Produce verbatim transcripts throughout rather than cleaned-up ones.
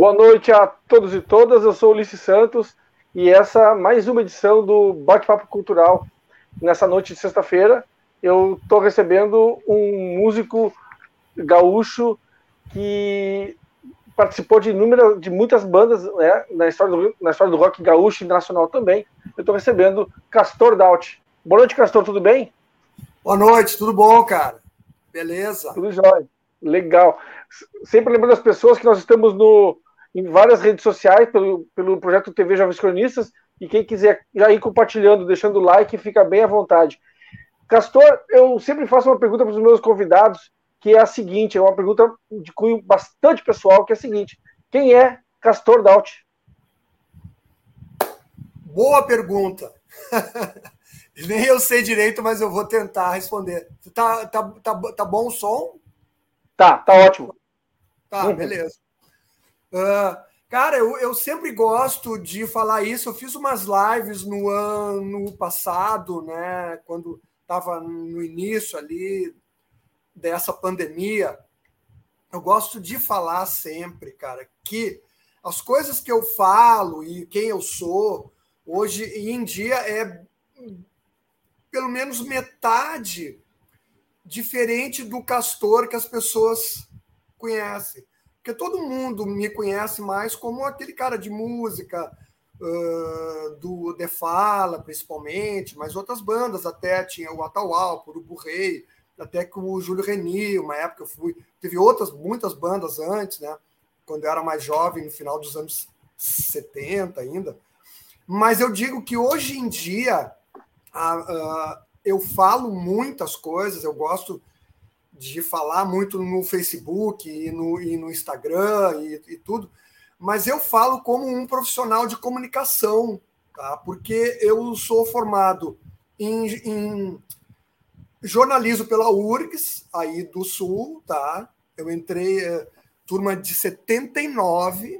Boa noite a todos e todas, eu sou Ulisses Santos e essa é mais uma edição do Bate-Papo Cultural. Nessa noite de sexta-feira eu estou recebendo um músico gaúcho que participou de, inúmeras, de muitas bandas, né, na, história do, na história do rock gaúcho e nacional também. Eu estou recebendo Castor Daut. Boa noite, Castor, tudo bem? Boa noite, tudo bom, cara? Beleza? Tudo jóia. Legal. Sempre lembrando as pessoas que nós estamos no, em várias redes sociais pelo, pelo projeto T V Jovens Cronistas, e quem quiser já ir compartilhando, deixando like, fica bem à vontade. Castor, eu sempre faço uma pergunta para os meus convidados, que é a seguinte, é uma pergunta de cunho bastante pessoal, que é a seguinte: quem é Castor Daut? Boa pergunta. Nem eu sei direito, mas eu vou tentar responder. Tá, tá, tá, tá bom o som? Tá, tá ótimo. Tá, uhum. Beleza. Uh, cara, eu, eu sempre gosto de falar isso. Eu fiz umas lives no ano passado, né, quando estava no início ali dessa pandemia. Eu gosto de falar sempre, cara, que as coisas que eu falo e quem eu sou, hoje em dia, é pelo menos metade diferente do Castor que as pessoas conhecem. Porque todo mundo me conhece mais como aquele cara de música, uh, do The Fala, principalmente, mas outras bandas até, tinha o Atahualpa, o Urubu Rei, até que o Júlio Reni, uma época eu fui... Teve outras, muitas bandas antes, né? Quando eu era mais jovem, no final dos anos setenta ainda. Mas eu digo que hoje em dia uh, uh, eu falo muitas coisas, eu gosto de falar muito no Facebook e no, e no Instagram e, e tudo, mas eu falo como um profissional de comunicação, tá? Porque eu sou formado em, em jornalismo pela U R G S, aí do Sul, tá? Eu entrei, é, turma de setenta e nove,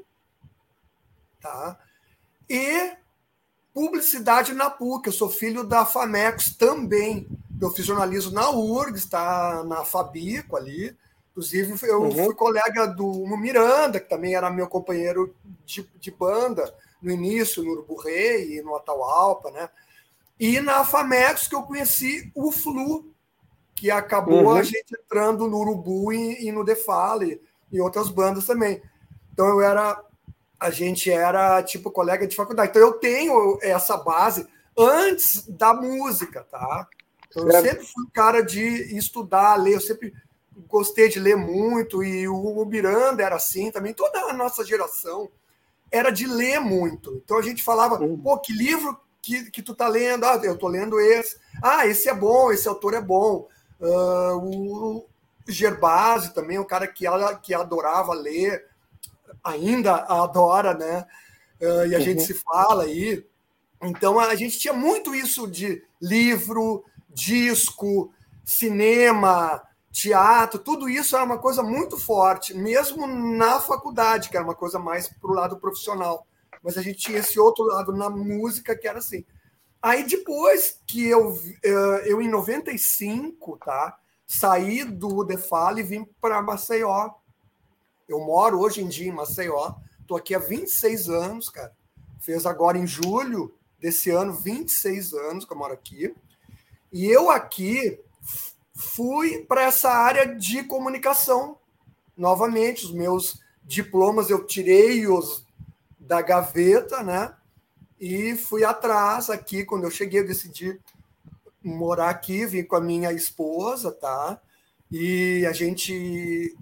tá? E publicidade na P U C, eu sou filho da FAMEX também. Eu fiz jornalismo na U R G S, tá, na Fabico ali. Inclusive, eu uhum. fui colega do Miranda, que também era meu companheiro de, de banda no início, no Urubu Rei e no Atahualpa, né? E na FAMEX que eu conheci o Flu, que acabou uhum. a gente entrando no Urubu e, e no Defale e outras bandas também. Então, eu era... A gente era, tipo, colega de faculdade. Então, eu tenho essa base antes da música, tá? Então, eu sempre fui um cara de estudar, ler. Eu sempre gostei de ler muito. E o Miranda era assim também. Toda a nossa geração era de ler muito. Então, a gente falava, pô, que livro que, que tu tá lendo? Ah, eu tô lendo esse. Ah, esse é bom, esse autor é bom. Uh, o Gervásio também, um cara que, que adorava ler. Ainda adora, né? Uh, e a uhum. gente se fala aí. Então, a gente tinha muito isso de livro, disco, cinema, teatro, tudo isso era uma coisa muito forte, mesmo na faculdade, que era uma coisa mais para o lado profissional. Mas a gente tinha esse outro lado na música, que era assim. Aí, depois que eu, eu em noventa e cinco, tá, saí do Defale e vim para Maceió. Eu moro hoje em dia em Maceió, estou aqui há vinte e seis anos, cara. Fez agora em julho desse ano vinte e seis anos que eu moro aqui. E eu aqui fui para essa área de comunicação. Novamente, os meus diplomas eu tirei-os da gaveta, né? E fui atrás aqui. Quando eu cheguei, eu decidi morar aqui, vim com a minha esposa, tá? E a gente...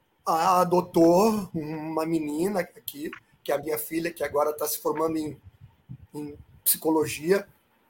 adotou uma menina aqui, que é a minha filha, que agora está se formando em, em psicologia.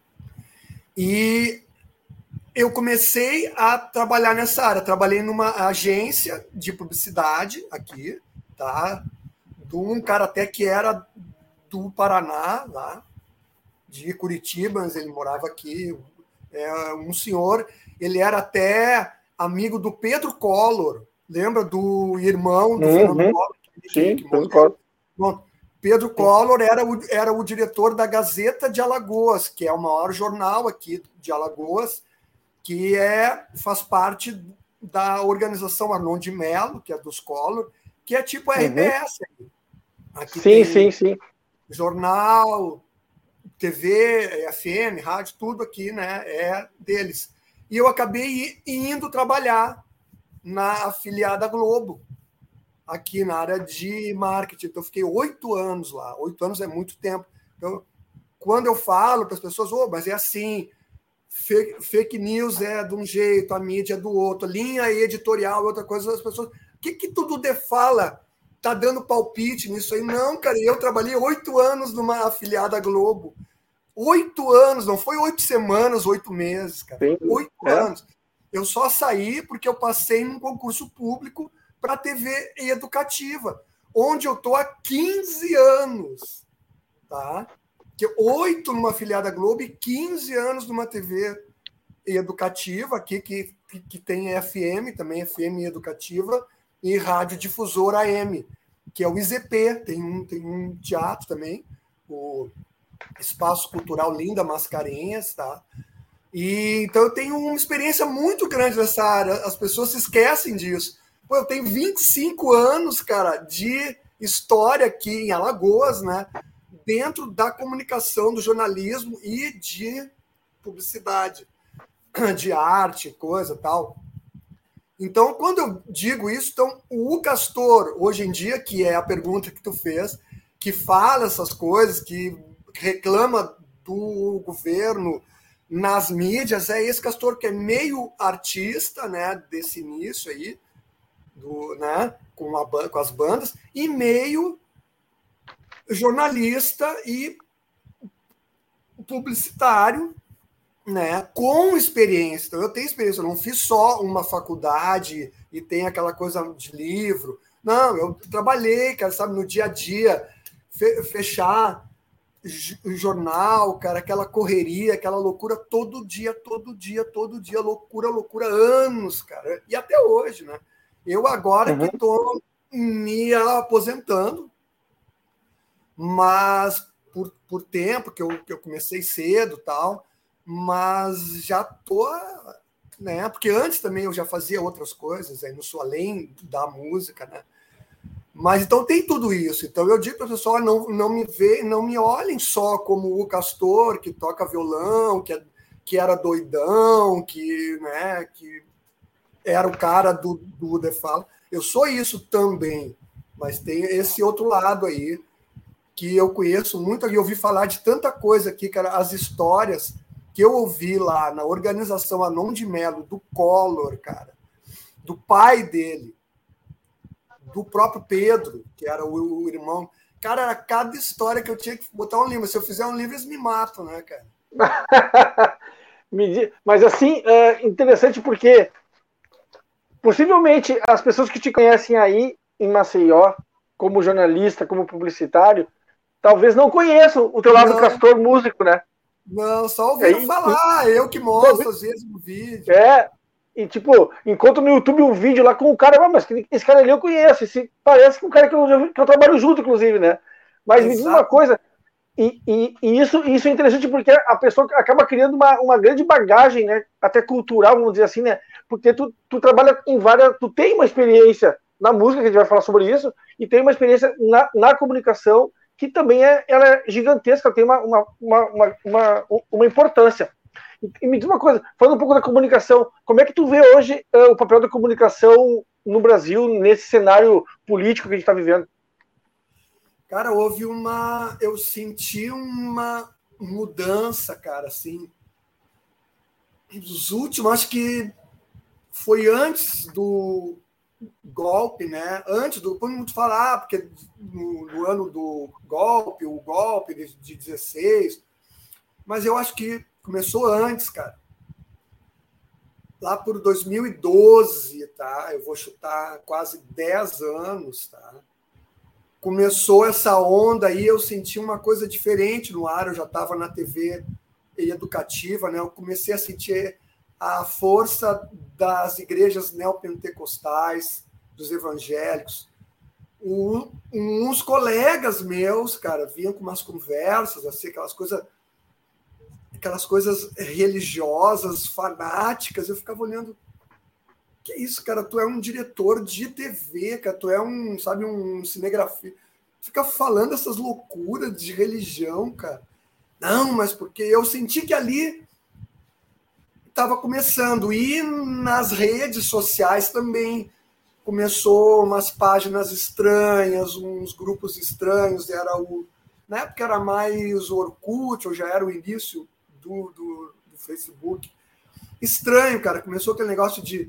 E eu comecei a trabalhar nessa área. Trabalhei numa agência de publicidade aqui, tá? De um cara até que era do Paraná, lá, de Curitiba, mas ele morava aqui. É um senhor, ele era até amigo do Pedro Collor. Lembra do irmão do uhum. Fernando Collor? Que, Sim, que Pedro Collor. Bom, Pedro Collor era o, era o diretor da Gazeta de Alagoas, que é o maior jornal aqui de Alagoas, que é, faz parte da organização Arnon de Mello, que é dos Collor, que é tipo a R B S. Uhum. Aqui sim, tem sim, sim. jornal, T V, F M, rádio, tudo aqui, né, é deles. E eu acabei indo trabalhar na afiliada Globo, aqui na área de marketing. Então, eu fiquei oito anos lá. Oito anos é muito tempo. Então, quando eu falo para as pessoas, oh, mas é assim, fake, fake news é de um jeito, a mídia é do outro, linha editorial é outra coisa, as pessoas, o que, que tudo de fala tá dando palpite nisso aí? Não, cara, eu trabalhei oito anos numa afiliada Globo. Oito anos, não foi oito semanas, oito meses, cara. Sim, Oito é. anos. Eu só saí porque eu passei num concurso público para T V educativa, onde eu estou há quinze anos. Tá? Que oito numa afiliada Globo e quinze anos numa T V educativa, aqui que, que, que tem F M, também F M educativa, e rádio difusora A M, que é o I Z P, tem um, tem um teatro também, o Espaço Cultural Linda Mascarenhas, tá? E, então eu tenho uma experiência muito grande nessa área, as pessoas se esquecem disso. Pô, eu tenho vinte e cinco anos, cara, de história aqui em Alagoas, né? Dentro da comunicação, do jornalismo e de publicidade, de arte, coisa tal. Então, quando eu digo isso, então, o Castor, hoje em dia, que é a pergunta que tu fez, que fala essas coisas, que reclama do governo nas mídias, é esse Castor que é meio artista, né, desse início aí, do, né, com, a, com as bandas, e meio jornalista e publicitário, né, com experiência. Então, eu tenho experiência, eu não fiz só uma faculdade e tem aquela coisa de livro. Não, eu trabalhei, cara, sabe, no dia a dia, fe fechar jornal, cara, aquela correria, aquela loucura todo dia, todo dia, todo dia, loucura, loucura, anos, cara. E até hoje, né? Eu agora uhum. que estou me aposentando, mas por, por tempo, que eu, que eu comecei cedo tal, mas já tô, né? Porque antes também eu já fazia outras coisas, aí não sou além da música, né? Mas então tem tudo isso. Então eu digo para o pessoal, não, não me vê, não me olhem só como o Castor que toca violão, que, é, que era doidão, que, né, que era o cara do, do The Fala. Eu sou isso também, mas tem esse outro lado aí que eu conheço muito, e ouvi falar de tanta coisa aqui, cara, as histórias que eu ouvi lá na organização Anon de Melo, do Collor, cara, do pai dele, do próprio Pedro, que era o, o irmão. Cara, era cada história que eu tinha que botar um livro. Se eu fizer um livro, eles me matam, né, cara? Mas assim, é interessante porque possivelmente as pessoas que te conhecem aí em Maceió, como jornalista, como publicitário, talvez não conheçam o teu lado não, Castor músico, né? Não, só ouviram é, falar, e, eu que mostro às vezes no vídeo. É, e tipo, encontro no YouTube um vídeo lá com o cara, ah, mas esse cara ali eu conheço, esse parece que um cara que eu, que eu trabalho junto, inclusive, né? Mas Exato. Me diz uma coisa, e, e, e isso, isso é interessante porque a pessoa acaba criando uma, uma grande bagagem, né? Até cultural, vamos dizer assim, né? Porque tu, tu trabalha em várias, tu tem uma experiência na música, que a gente vai falar sobre isso, e tem uma experiência na, na comunicação, que também é, ela é gigantesca, tem uma, uma, uma, uma, uma importância. E me diz uma coisa, falando um pouco da comunicação, como é que tu vê hoje uh, o papel da comunicação no Brasil, nesse cenário político que a gente está vivendo? Cara, houve uma... Eu senti uma mudança, cara, assim... Os últimos, acho que foi antes do golpe, né? Antes do... Quando muito falar, porque no, no ano do golpe, o golpe de, de dezesseis... Mas eu acho que começou antes, cara. Lá por dois mil e doze, tá? Eu vou chutar quase dez anos, tá? Começou essa onda aí, eu senti uma coisa diferente no ar, eu já estava na T V educativa, né? Eu comecei a sentir a força das igrejas neopentecostais, dos evangélicos. Um, uns colegas meus, cara, vinham com umas conversas, assim, aquelas coisas aquelas coisas religiosas, fanáticas, eu ficava olhando, que isso, cara, tu é um diretor de T V, cara, tu é um, sabe, um cinegrafista, fica falando essas loucuras de religião, cara. Não, mas porque eu senti que ali estava começando. E nas redes sociais também começou umas páginas estranhas, uns grupos estranhos. Era o, na época era mais o Orkut, ou já era o início do, do, do Facebook. Estranho, cara. Começou aquele negócio de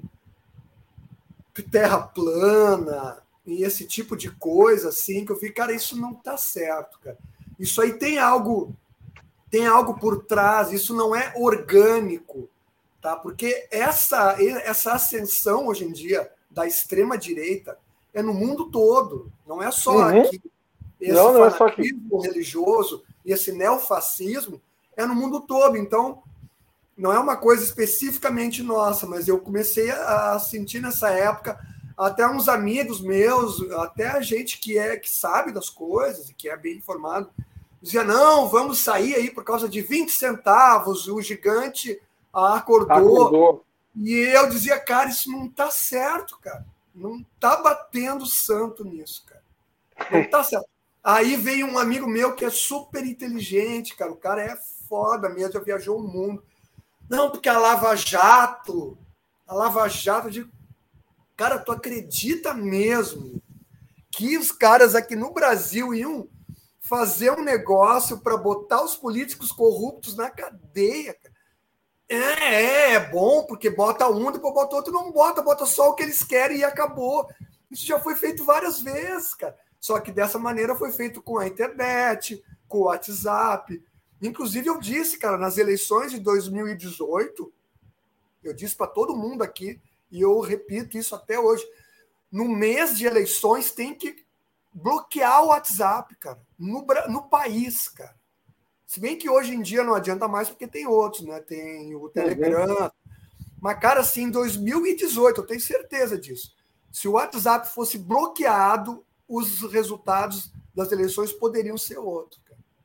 terra plana e esse tipo de coisa, assim, que eu vi, cara, isso não tá certo, cara. Isso aí tem algo, tem algo por trás, isso não é orgânico, tá? Porque essa, essa ascensão hoje em dia da extrema-direita é no mundo todo, não é só Uhum. aqui. Esse não, não fanatismo é religioso e esse neofascismo é no mundo todo. Então, não é uma coisa especificamente nossa, mas eu comecei a sentir nessa época, até uns amigos meus, até a gente que é que sabe das coisas e que é bem informado, dizia, não, vamos sair aí por causa de vinte centavos, o gigante acordou. acordou. E eu dizia, cara, isso não tá certo, cara. Não tá batendo santo nisso, cara. Não tá certo. Aí vem um amigo meu que é super inteligente, cara. O cara é foda mesmo, já viajou o mundo. Não, porque a Lava Jato, a Lava Jato, eu digo, cara, tu acredita mesmo que os caras aqui no Brasil iam fazer um negócio para botar os políticos corruptos na cadeia, cara? É, é, é bom, porque bota um, depois bota outro, não bota, bota só o que eles querem e acabou. Isso já foi feito várias vezes, cara. Só que dessa maneira foi feito com a internet, com o WhatsApp. Inclusive, eu disse, cara, nas eleições de dois mil e dezoito, eu disse para todo mundo aqui, e eu repito isso até hoje, no mês de eleições tem que bloquear o WhatsApp, cara, no, no país, cara. Se bem que hoje em dia não adianta mais, porque tem outros, né? Tem o Telegram. Uhum. Mas, cara, assim, em dois mil e dezoito, eu tenho certeza disso. Se o WhatsApp fosse bloqueado, os resultados das eleições poderiam ser outros.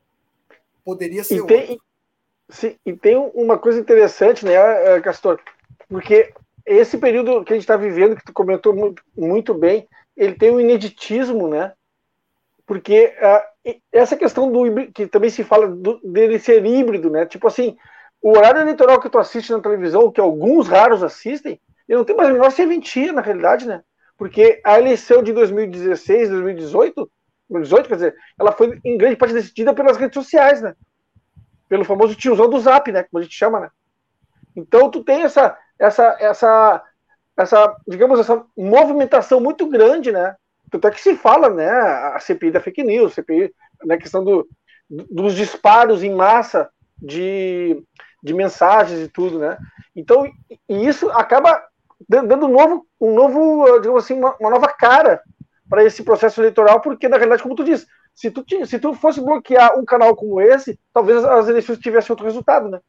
Poderia ser e tem, outro. Sim, e tem uma coisa interessante, né, Castor? Porque esse período que a gente está vivendo, que tu comentou muito, muito bem, ele tem um ineditismo, né? Porque uh, essa questão do que também se fala do, dele ser híbrido, né? Tipo assim, o horário eleitoral que tu assiste na televisão, que alguns raros assistem, ele não tem mais a menor serventia, na realidade, né? Porque a eleição de dois mil e dezesseis, dois mil e dezoito, dois mil e dezoito, quer dizer, ela foi em grande parte decidida pelas redes sociais, né? Pelo famoso tiozão do Zap, né? Como a gente chama, né? Então tu tem essa, essa, essa, essa, digamos, essa movimentação muito grande, né? Tanto é que se fala, né? A C P I da fake news, a C P I, né? A questão do, dos disparos em massa de, de mensagens e tudo, né? Então, e isso acaba dando um novo, um novo, digamos assim, uma, uma nova cara para esse processo eleitoral, porque na realidade, como tu disse, se tu, se tu fosse bloquear um canal como esse, talvez as eleições tivessem outro resultado, né?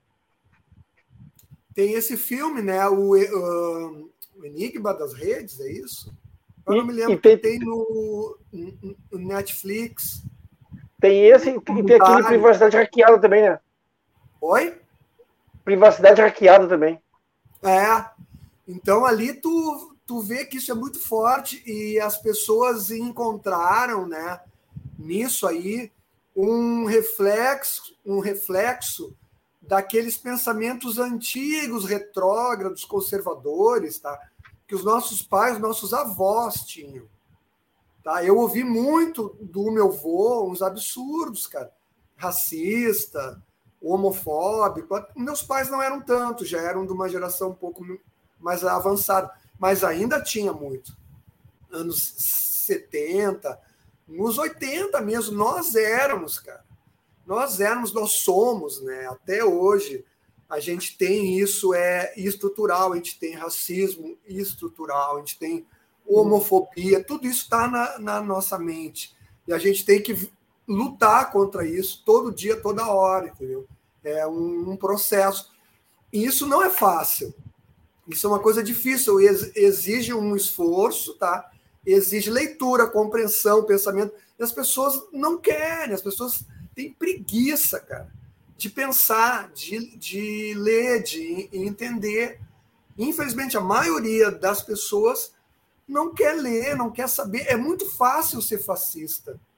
Tem esse filme, né? O, uh, o Enigma das Redes, é isso? Eu e, não me lembro e tem, que tem no, no Netflix. Tem esse e tem aquele Privacidade Hackeada também, né? Oi? Privacidade Hackeada também. É. Então ali tu, tu vê que isso é muito forte e as pessoas encontraram, né, nisso aí um reflexo, um reflexo daqueles pensamentos antigos, retrógrados, conservadores, tá? Que os nossos pais, os nossos avós tinham. Tá? Eu ouvi muito do meu avô uns absurdos, cara. Racista, homofóbico. Meus pais não eram tanto, já eram de uma geração um pouco mais avançada, mas ainda tinha muito. Anos setenta, nos oitenta mesmo, nós éramos, cara. Nós éramos, nós somos, né? Até hoje a gente tem isso, é estrutural, a gente tem racismo estrutural, a gente tem homofobia, tudo isso está na, na nossa mente. E a gente tem que lutar contra isso todo dia, toda hora, entendeu? É um, um processo. E isso não é fácil. Isso é uma coisa difícil, exige um esforço, tá? Exige leitura, compreensão, pensamento. E as pessoas não querem, as pessoas têm preguiça, cara, de pensar, de, de ler, de entender. Infelizmente, a maioria das pessoas não quer ler, não quer saber. É muito fácil ser fascista.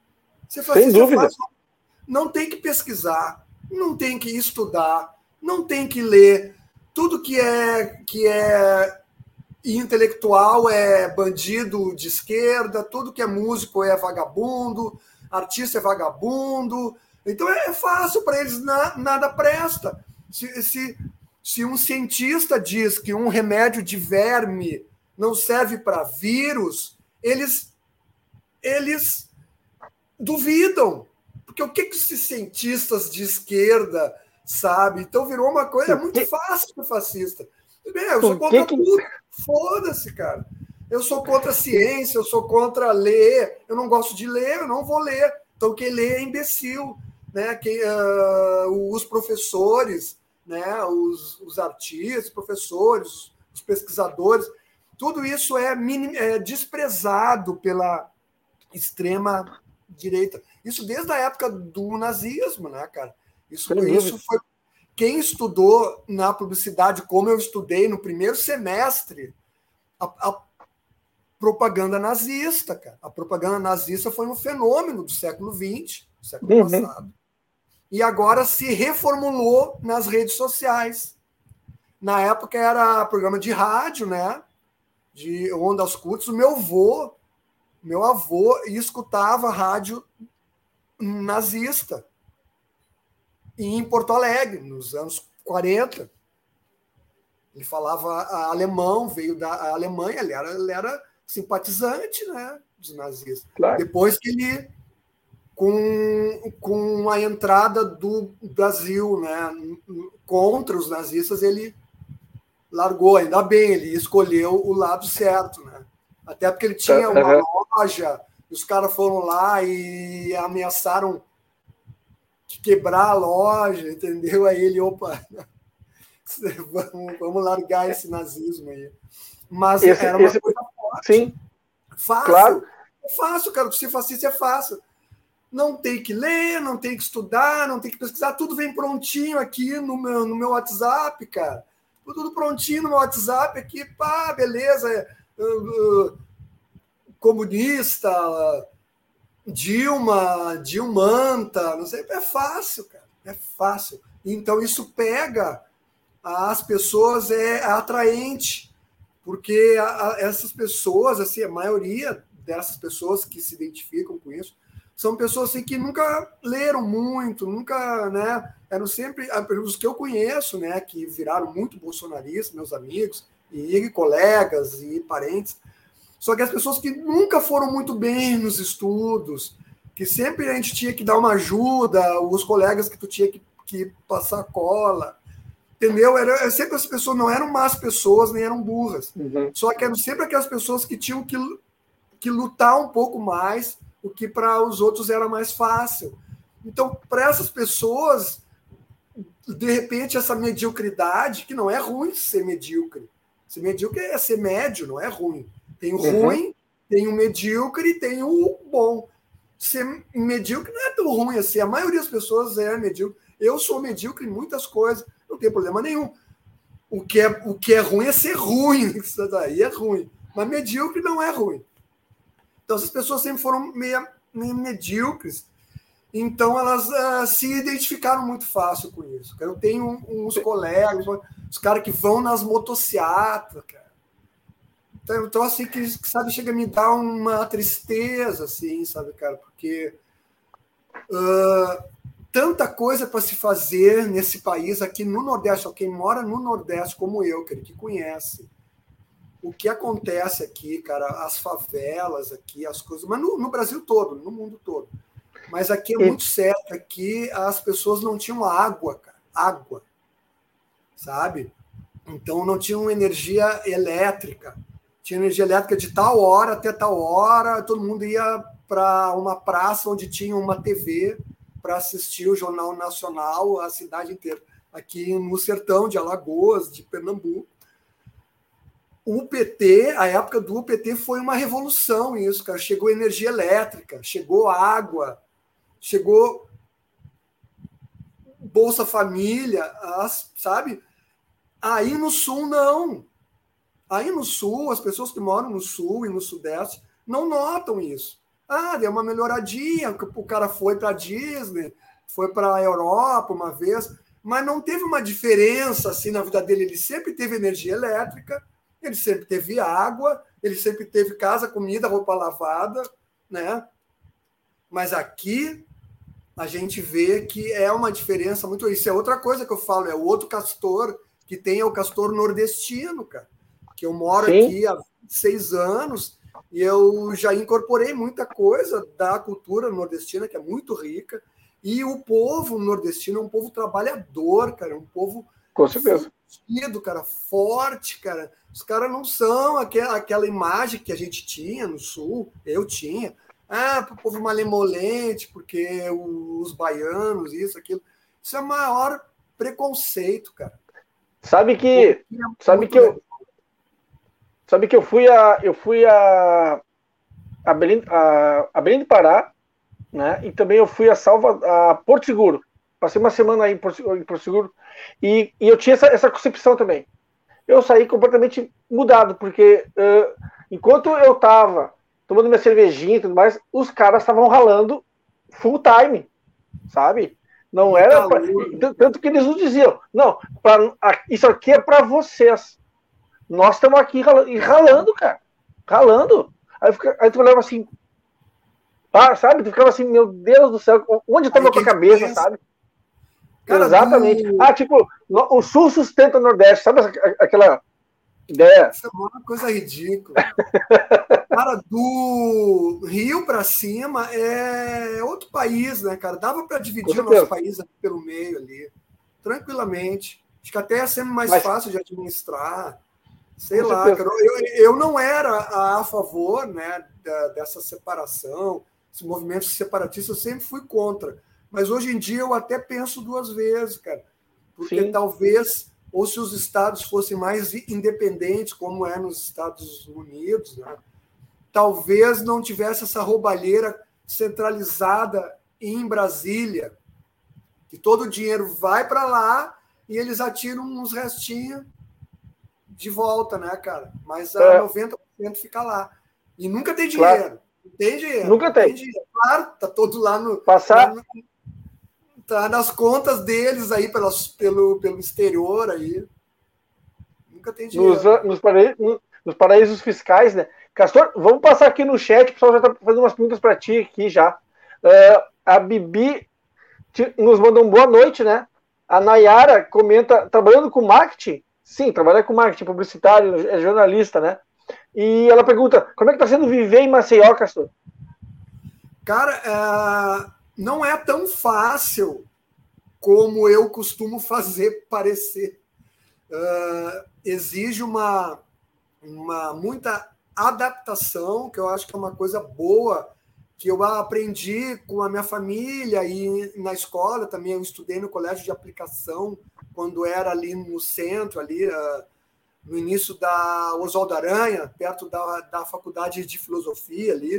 Ser fascista é fácil. Não tem que pesquisar, não tem que estudar, não tem que ler. Tudo que é, que é intelectual é bandido de esquerda, tudo que é músico é vagabundo, artista é vagabundo. Então é fácil para eles, na, nada presta. Se, se, se um cientista diz que um remédio de verme não serve para vírus, eles, eles duvidam. Porque o que, que esses cientistas de esquerda sabem? Então virou uma coisa muito fácil para o fascista. Bem, eu sou contra que... tudo. Foda-se, cara. Eu sou contra a ciência, eu sou contra ler. Eu não gosto de ler, eu não vou ler. Então quem lê é imbecil. Né? Quem, uh, os professores, né? os, os artistas, professores, os pesquisadores, tudo isso é, minim, é desprezado pela extrema direita. Isso desde a época do nazismo, né, cara? Isso, isso foi... Quem estudou na publicidade, como eu estudei no primeiro semestre, a, a propaganda nazista, cara. A propaganda nazista foi um fenômeno do século vinte, do século uhum. passado. E agora se reformulou nas redes sociais. Na época era programa de rádio, né? De ondas curtas. O meu avô, meu avô escutava rádio nazista em Porto Alegre, nos anos quarenta. Ele falava alemão, veio da Alemanha, ele era, ele era simpatizante, né, dos nazistas. Claro. Depois que ele, com, com a entrada do Brasil, né, contra os nazistas, ele largou, ainda bem, ele escolheu o lado certo, né? Até porque ele tinha uma uhum. loja, os caras foram lá e ameaçaram quebrar a loja, entendeu? Aí ele, opa, vamos, vamos largar esse nazismo aí. Mas esse, era uma esse... coisa forte. Sim, fácil. Claro. É fácil, cara. Ser fascista é fácil. Não tem que ler, não tem que estudar, não tem que pesquisar. Tudo vem prontinho aqui no meu, no meu WhatsApp, cara. Tudo prontinho no meu WhatsApp aqui. Pá, beleza. Uh, uh, comunista, Dilma, Dilmanta, não sei. É fácil, cara. É fácil. Então, isso pega as pessoas, é atraente. Porque a, a, essas pessoas, assim, a maioria dessas pessoas que se identificam com isso, são pessoas assim, que nunca leram muito, nunca, né, eram sempre os que eu conheço, né, que viraram muito bolsonaristas, meus amigos, e colegas e parentes, só que as pessoas que nunca foram muito bem nos estudos, que sempre a gente tinha que dar uma ajuda, os colegas que tu tinha que, que passar cola, entendeu? Era, sempre as pessoas não eram más pessoas, nem eram burras, uhum. Só que eram sempre aquelas pessoas que tinham que, que lutar um pouco mais, o que para os outros era mais fácil. Então, para essas pessoas, de repente, essa mediocridade, que não é ruim ser medíocre. Ser medíocre é ser médio, não é ruim. Tem o uhum. ruim, tem o medíocre e tem o bom. Ser medíocre não é tão ruim assim. A maioria das pessoas é medíocre. Eu sou medíocre em muitas coisas, não tem problema nenhum. O que é, o que é ruim é ser ruim. Isso daí é ruim. Mas medíocre não é ruim. Então, essas pessoas sempre foram meio, meio medíocres, então elas uh, se identificaram muito fácil com isso. Eu tenho uns colegas, os caras que vão nas motocicletas, cara. Então, então assim, que, que, sabe, chega a me dar uma tristeza, assim, sabe, cara, porque uh, tanta coisa para se fazer nesse país, aqui no Nordeste, ó, quem mora no Nordeste, como eu, cara, que conhece o que acontece aqui, cara, as favelas aqui, as coisas, mas no, no Brasil todo, no mundo todo. Mas aqui é muito sério, aqui as pessoas não tinham água, cara, água, sabe? Então não tinham energia elétrica. Tinha energia elétrica de tal hora até tal hora, todo mundo ia para uma praça onde tinha uma T V para assistir o Jornal Nacional, a cidade inteira. Aqui no sertão de Alagoas, de Pernambuco. O P T, a época do U P T foi uma revolução isso, cara. Chegou energia elétrica, chegou água, chegou Bolsa Família, as, sabe? Aí no Sul, não. Aí no Sul, as pessoas que moram no Sul e no Sudeste não notam isso. Ah, deu uma melhoradinha, o cara foi para a Disney, foi para a Europa uma vez, mas não teve uma diferença assim na vida dele. Ele sempre teve energia elétrica, ele sempre teve água, ele sempre teve casa, comida, roupa lavada, né? Mas aqui a gente vê que é uma diferença muito. Isso é outra coisa que eu falo, é o outro castor que tem, é o castor nordestino, cara. Que eu moro Sim. aqui há seis anos e eu já incorporei muita coisa da cultura nordestina, que é muito rica. E o povo nordestino é um povo trabalhador, cara, um povo com certeza, fudido, cara, forte, cara. Os caras não são aquela, aquela imagem que a gente tinha no Sul, eu tinha. Ah, o povo malemolente, porque os baianos, isso, aquilo. Isso é o maior preconceito, cara. Sabe que, sabe que eu, sabe que eu fui a, eu fui a, a Belém, a, a Belém do Pará, né? E também eu fui a Salva, a Porto Seguro. Passei uma semana aí em Porto, em Porto Seguro e, e eu tinha essa, essa concepção também. Eu saí completamente mudado, porque uh, enquanto eu tava tomando minha cervejinha e tudo mais, os caras estavam ralando full time, sabe? Não era pra, tanto que eles nos diziam, não, pra, isso aqui é para vocês. Nós estamos aqui ralando, ralando, cara, ralando. Aí, fica, aí tu olhava assim, ah, sabe? Tu ficava assim, meu Deus do céu, onde está a tua cabeça, pensa? Sabe? Cara, exatamente. Do... Ah, tipo, o Sul sustenta o Nordeste, sabe aquela ideia? Isso é uma coisa ridícula. Cara, do Rio para cima é outro país, né, cara? Dava para dividir o nosso país pelo meio ali, tranquilamente. Acho que até ia ser mais Mas... fácil de administrar. Sei lá, cara. Eu, eu não era a favor, né, dessa separação, esse movimento separatista, eu sempre fui contra. Mas hoje em dia eu até penso duas vezes, cara. Porque Sim. talvez, ou se os estados fossem mais independentes, como é nos Estados Unidos, né, talvez não tivesse essa roubalheira centralizada em Brasília, que todo o dinheiro vai para lá e eles atiram uns restinhos de volta, né, cara? Mas a é. noventa por cento fica lá. E nunca tem dinheiro. Claro. Não tem dinheiro. Nunca não tem. tem dinheiro. Claro, tá todo lá no. Passar. Lá no, tá nas contas deles aí pelas, pelo, pelo exterior aí. Nunca tem dinheiro. Nos, nos, paraísos, nos paraísos fiscais, né? Castor, vamos passar aqui no chat, o pessoal já está fazendo umas perguntas para ti aqui já. Uh, a Bibi te, nos mandou um boa noite, né? A Nayara comenta, trabalhando com marketing? Sim, trabalha com marketing publicitário, é jornalista, né? E ela pergunta, como é que está sendo viver em Maceió, Castor? Cara, uh, não é tão fácil como eu costumo fazer parecer. Uh, exige uma, uma muita adaptação, que eu acho que é uma coisa boa, que eu aprendi com a minha família e na escola também. Eu estudei no colégio de aplicação, quando era ali no centro, ali uh, no início da Oswaldo Aranha, perto da, da faculdade de filosofia ali.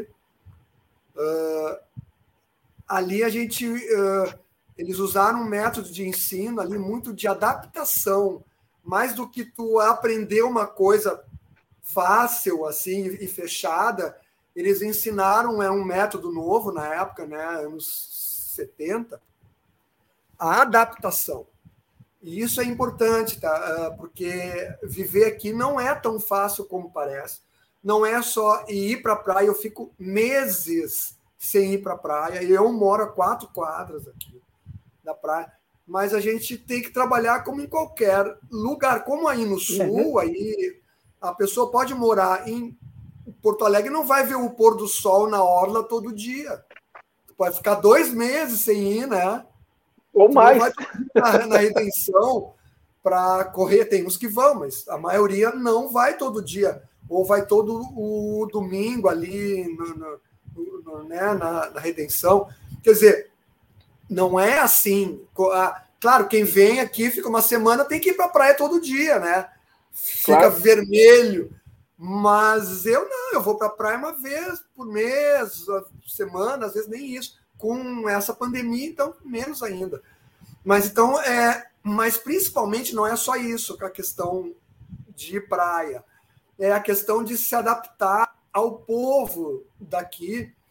Uh, ali a gente... Uh, eles usaram um método de ensino ali muito de adaptação, mais do que tu aprender uma coisa fácil assim e fechada. Eles ensinaram, é um método novo na época, né, anos setenta, a adaptação. E isso é importante, tá? Porque viver aqui não é tão fácil como parece. Não é só ir para a praia. Eu fico meses sem ir para a praia. Eu moro a quatro quadras aqui da praia. Mas a gente tem que trabalhar como em qualquer lugar. Como aí no Sul, uhum. aí a pessoa pode morar em Porto Alegre e não vai ver o pôr do sol na orla todo dia. Pode ficar dois meses sem ir, né? Ou tu mais. Vai na, na Redenção para correr, tem uns que vão, mas a maioria não vai todo dia. Ou vai todo o domingo ali no, no, no, né, na, na Redenção. Quer dizer, não é assim. Claro, quem vem aqui, fica uma semana, tem que ir para a praia todo dia, né? Fica claro. Vermelho. Mas eu não, eu vou para a praia uma vez por mês, semana, às vezes nem isso. Com essa pandemia, então, menos ainda. Mas então, é, mas principalmente não é só isso, que a questão de praia. É a questão de se adaptar ao povo daqui,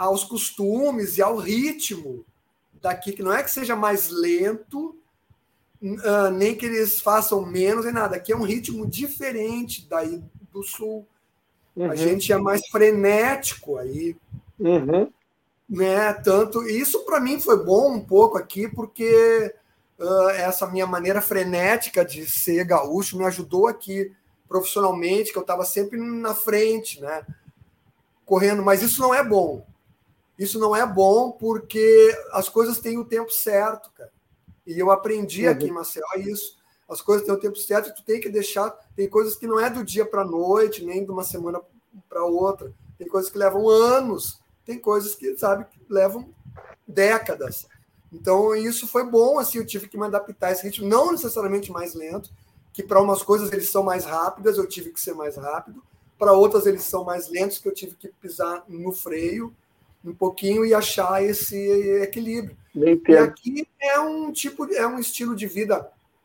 aos costumes e ao ritmo daqui, que não é que seja mais lento, uh, nem que eles façam menos, nem nada. Aqui é um ritmo diferente daí do Sul. Uhum. A gente é mais frenético aí. Uhum. Né? Tanto, isso para mim foi bom um pouco aqui, porque uh, essa minha maneira frenética de ser gaúcho me ajudou aqui profissionalmente, que eu estava sempre na frente, né? Correndo, mas isso não é bom. Isso não é bom porque as coisas têm o tempo certo, cara. E eu aprendi aqui em Maceió isso. As coisas têm o tempo certo e tu tem que deixar. Tem coisas que não é do dia para a noite, nem de uma semana para outra. Tem coisas que levam anos. Tem coisas que, sabe, que levam décadas. Então, isso foi bom, assim, eu tive que me adaptar a esse ritmo, não necessariamente mais lento, que para umas coisas eles são mais rápidas, eu tive que ser mais rápido, para outras eles são mais lentos, que eu tive que pisar no freio um pouquinho e achar esse equilíbrio. E aqui é um tipo, é um estilo de vida,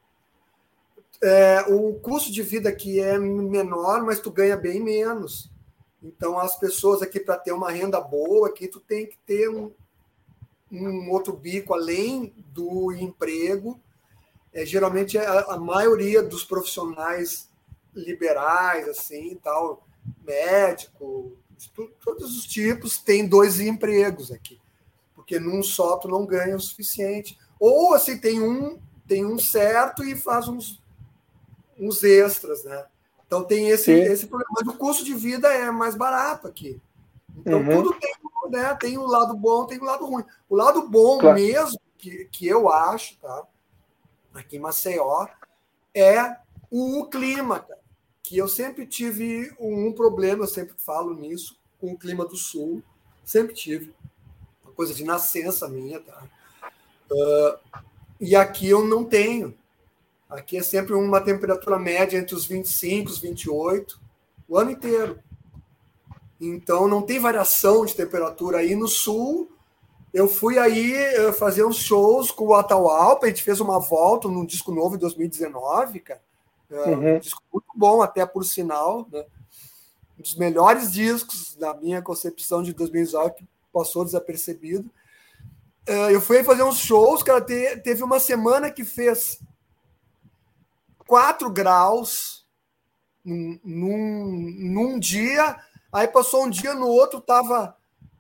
é, o custo de vida aqui é menor, mas tu ganha bem menos. Então, as pessoas aqui, para ter uma renda boa, aqui tu tem que ter um, um outro bico além do emprego. É, geralmente, a, a maioria dos profissionais liberais, assim, tal, médico, tu, todos os tipos, tem dois empregos aqui, porque num só tu não ganha o suficiente. Ou, assim, tem um, tem um certo e faz uns, uns extras, né? Então tem esse, esse problema. Mas o custo de vida é mais barato aqui. Então uhum. tudo tem, né, tem o lado bom, tem o lado ruim. O lado bom claro. mesmo, que, que eu acho, tá? Aqui em Maceió, é o clima, cara. Que eu sempre tive um problema, eu sempre falo nisso, com o clima do sul. Sempre tive. Uma coisa de nascença minha, tá? Uh, e aqui eu não tenho. Aqui é sempre uma temperatura média entre os vinte e cinco e os vinte e oito, o ano inteiro. Então, não tem variação de temperatura. Aí no sul, eu fui aí fazer uns shows com o Atahualpa, a gente fez uma volta num disco novo em dois mil e dezenove, cara. Uhum. Um disco muito bom, até por sinal, né? Um dos melhores discos, na minha concepção, de dois mil e dezenove, que passou desapercebido. Eu fui fazer uns shows, cara, teve uma semana que fez quatro graus num, num, num dia, aí passou um dia, no outro estava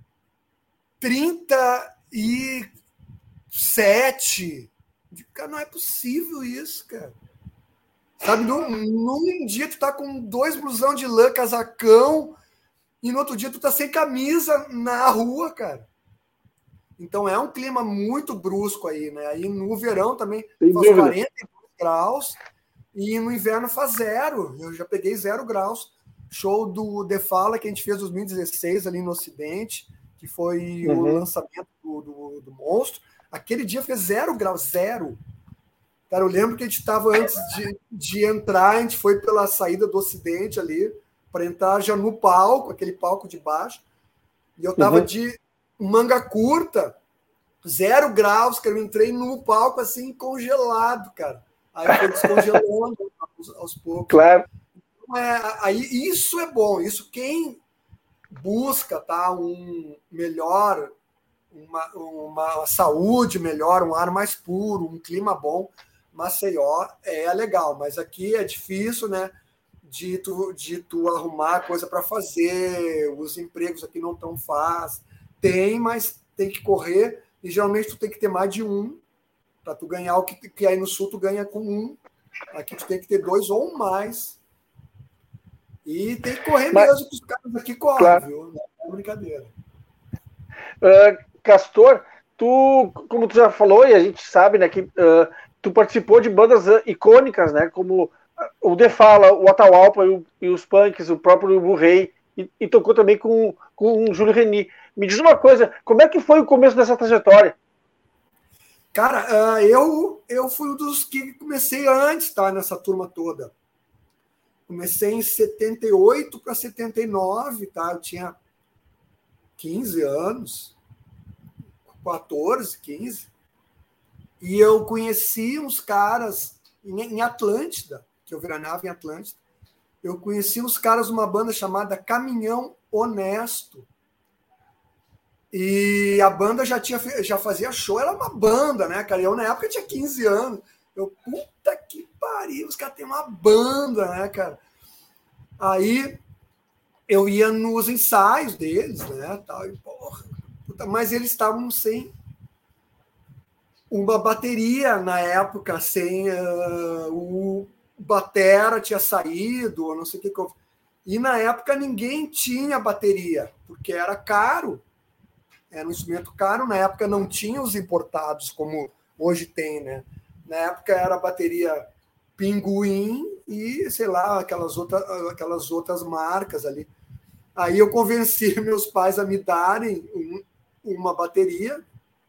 trinta e sete. Cara, não é possível isso, cara. Sabe, num, num dia tu tá com dois blusão de lã, casacão, e no outro dia tu tá sem camisa na rua, cara. Então é um clima muito brusco aí, né? Aí no verão também Sem faz dúvida. quarenta e dois graus, e no inverno faz zero. Eu já peguei zero graus. Show do The Fala que a gente fez em dois mil e dezesseis ali no Ocidente, que foi uhum. o lançamento do, do, do Monstro. Aquele dia fez zero graus, zero. Cara, eu lembro que a gente estava antes de, de entrar, a gente foi pela saída do Ocidente ali, para entrar já no palco, aquele palco de baixo. E eu estava uhum. de manga curta, zero graus, que eu entrei no palco assim, congelado, cara. Aí foi descongelando aos, aos poucos. Claro. Então, é, aí, isso é bom. Isso quem busca, tá, um melhor, uma, uma saúde melhor, um ar mais puro, um clima bom, Maceió é legal. Mas aqui é difícil, né, de tu, de tu arrumar coisa para fazer. Os empregos aqui não tão fáceis. Tem, mas tem que correr. E geralmente tu tem que ter mais de um para tu ganhar o que, que aí no sul tu ganha com um. Aqui tu tem que ter dois ou mais. E tem que correr Mas, mesmo, que os caras aqui correm, claro. viu? Não é brincadeira. Uh, Castor, tu, como tu já falou, e a gente sabe, né, que uh, tu participou de bandas icônicas, né, como o The Fala, o Atahualpa e, o, e os Punks, o próprio Ubu Rei, e, e tocou também com, com o Júlio Reni. Me diz uma coisa, como é que foi o começo dessa trajetória? Cara, uh, eu, eu fui um dos que comecei antes, tá, nessa turma toda. Comecei em setenta e oito para setenta e nove, tá? Eu tinha quinze anos, quatorze, quinze. E eu conheci uns caras em, em Atlântida, que eu veranava em Atlântida. Eu conheci uns caras de uma banda chamada Caminhão Honesto. E a banda já, tinha, já fazia show, era uma banda, né, cara? Eu, na época, tinha quinze anos. Eu, puta que pariu, os caras têm uma banda, né, cara? Aí eu ia nos ensaios deles, né, tal, e, porra, puta, mas eles estavam sem uma bateria na época, sem uh, o batera tinha saído, ou não sei o que que eu... E na época ninguém tinha bateria, porque era caro. Era um instrumento caro, na época não tinha os importados como hoje tem, né? Na época era bateria Pinguim e, sei lá, aquelas, outra, aquelas outras marcas ali. Aí eu convenci meus pais a me darem um, uma bateria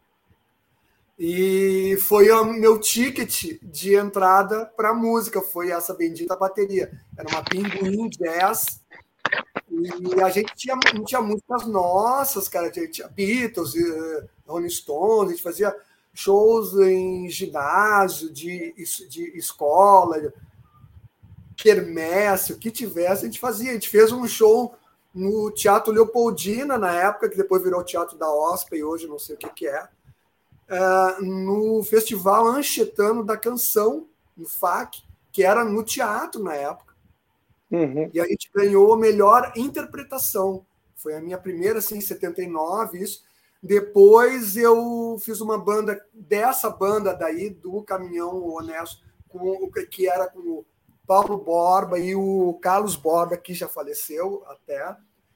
e foi o meu ticket de entrada para a música, foi essa bendita bateria. Era uma Pinguim Jazz. E a gente tinha, tinha músicas nossas, cara. Tinha Beatles, Rolling Stones, a gente fazia shows em ginásio, de, de escola, quermesse, o que tivesse, a gente fazia. A gente fez um show no Teatro Leopoldina, na época, que depois virou Teatro da Ospa, e hoje não sei o que, que é, uh, no Festival Anchetano da Canção, no F A C, que era no teatro na época. Uhum. E a gente ganhou a melhor interpretação. Foi a minha primeira, assim, em setenta e nove, isso. Depois eu fiz uma banda, dessa banda daí, do Caminhão Honesto, com, que era com o Paulo Borba e o Carlos Borba, que já faleceu até.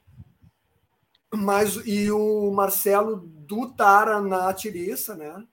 Mas, e o Marcelo do Tara na Tiriça, né?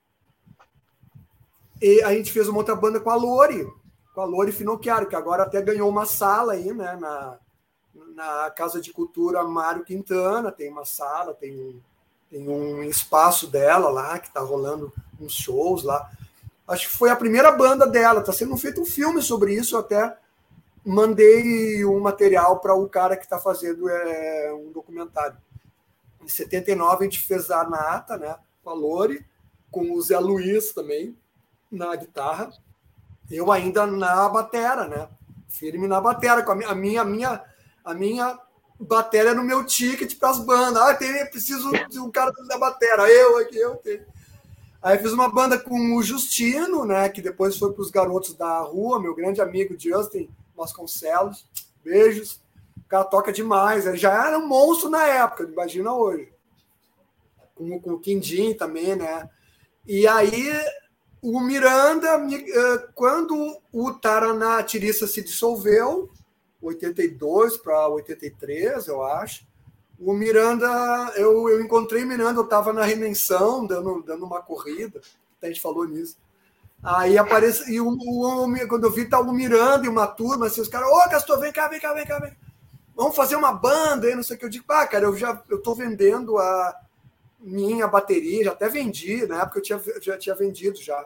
E a gente fez uma outra banda com a Lori, com a Lori Finocchiaro, que agora até ganhou uma sala aí, né, na, na Casa de Cultura Mário Quintana, tem uma sala, tem um, tem um espaço dela lá, que está rolando uns shows lá. Acho que foi a primeira banda dela, está sendo feito um filme sobre isso, eu até mandei um material para o cara que está fazendo é, um documentário. Em setenta e nove a gente fez a Nata, né, com a Lori, com o Zé Luiz também, na guitarra, eu ainda na batera, né? Firme na batera, com a minha, a minha, a minha, a minha batera no meu ticket para as bandas. Ah, tem, preciso de um cara da batera, eu aqui, eu tenho. Aí fiz uma banda com o Justino, né? Que depois foi para os Garotos da Rua, meu grande amigo Justin Vasconcelos. Beijos. O cara toca demais. Ele já era um monstro na época, imagina hoje. Com, com o Quindim também, né? E aí o Miranda, quando o Taraná Tiriça se dissolveu, oitenta e dois para oitenta e três, eu acho, o Miranda, eu, eu encontrei o Miranda, eu estava na Redenção, dando, dando uma corrida, a gente falou nisso. Aí aparece, e o, o, quando eu vi, tá o Miranda e uma turma, assim, os caras, ô, Castor, vem cá, vem cá, vem cá, vem cá. Vamos fazer uma banda aí, não sei o que. Eu digo, ah, cara, eu já eu tô vendendo a minha bateria, já até vendi, na época eu tinha, já tinha vendido já.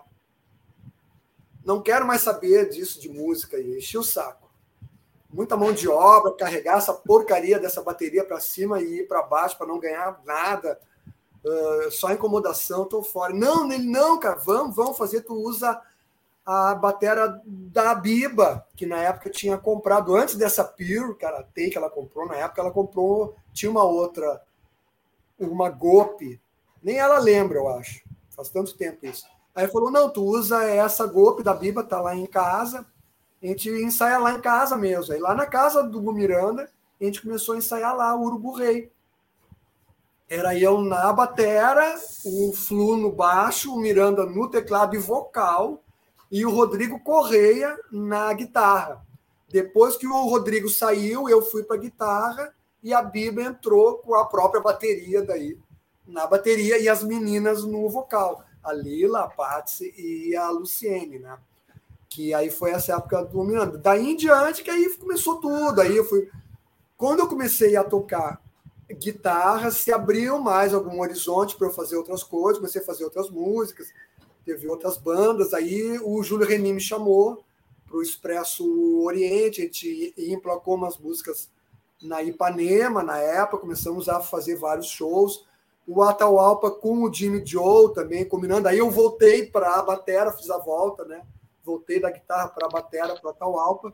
Não quero mais saber disso de música e enchi o saco. Muita mão de obra, carregar essa porcaria dessa bateria para cima e ir para baixo para não ganhar nada, uh, só incomodação, tô fora. Não, ele não, cara, vamos, vamos fazer, tu usa a bateria da Biba, que na época tinha comprado, antes dessa Pure, cara, tem que ela comprou, na época ela comprou, tinha uma outra, uma Gope, nem ela lembra, eu acho, faz tanto tempo isso. Aí falou, não, tu usa essa Gope da Biba, tá lá em casa, a gente ensaia lá em casa mesmo. Aí lá na casa do Miranda, a gente começou a ensaiar lá o Urubu Rei. Era eu na batera, o Flu no baixo, o Miranda no teclado e vocal, e o Rodrigo Correia na guitarra. Depois que o Rodrigo saiu, eu fui para a guitarra e a Biba entrou com a própria bateria daí, na bateria, e as meninas no vocal. A Lila, a Patsy e a Luciene, né? Que aí foi essa época do Miranda. Daí em diante que aí começou tudo. Aí eu fui... Quando eu comecei a tocar guitarra, se abriu mais algum horizonte para eu fazer outras coisas, comecei a fazer outras músicas, teve outras bandas. Aí o Júlio Reni me chamou para o Expresso Oriente, a gente emplacou umas músicas na Ipanema, na época, começamos a fazer vários shows. O Atahualpa com o Jimmy Joe também, combinando. Aí eu voltei para a batera, fiz a volta, né? Voltei da guitarra para a batera, para o Atahualpa.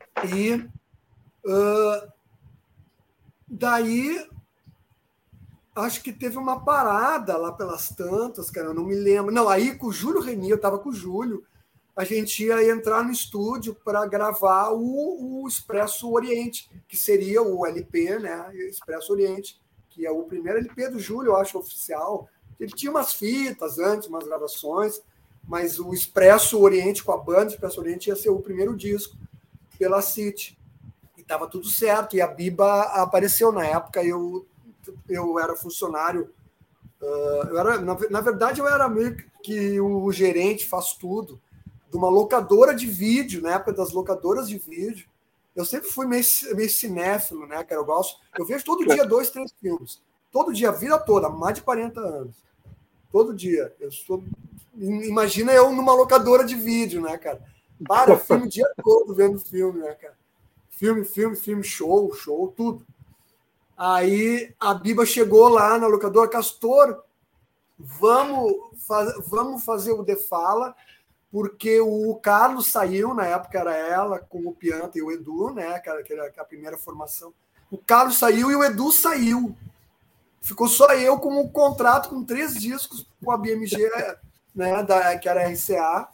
E uh, daí acho que teve uma parada lá pelas tantas, cara, eu não me lembro. Não, aí com o Júlio Reni, eu estava com o Júlio, a gente ia entrar no estúdio para gravar o, o Expresso Oriente, que seria o L P, né? Expresso Oriente, que é o primeiro L P do Júlio, eu acho, oficial. Ele tinha umas fitas antes, umas gravações, mas o Expresso Oriente com a banda Expresso Oriente ia ser o primeiro disco pela City. E estava tudo certo, e a Biba apareceu na época, eu, eu era funcionário, uh, eu era, na, na verdade eu era meio que o gerente, faz tudo, de uma locadora de vídeo, na época das locadoras de vídeo. Eu sempre fui meio, meio cinéfilo, né, cara? Eu gosto. Eu vejo todo dia dois, três filmes. Todo dia, a vida toda, há mais de quarenta anos. Todo dia. Eu sou... Imagina eu numa locadora de vídeo, né, cara? Para, filme o dia todo vendo filme, né, cara? Filme, filme, filme, show, show, tudo. Aí a Biba chegou lá na locadora, Castor, vamos, faz, vamos fazer o The Fala, porque o Carlos saiu, na época era ela, com o Pianta e o Edu, né, que era a primeira formação. O Carlos saiu e o Edu saiu. Ficou só eu com um contrato com três discos com a B M G, né, da, que era a R C A.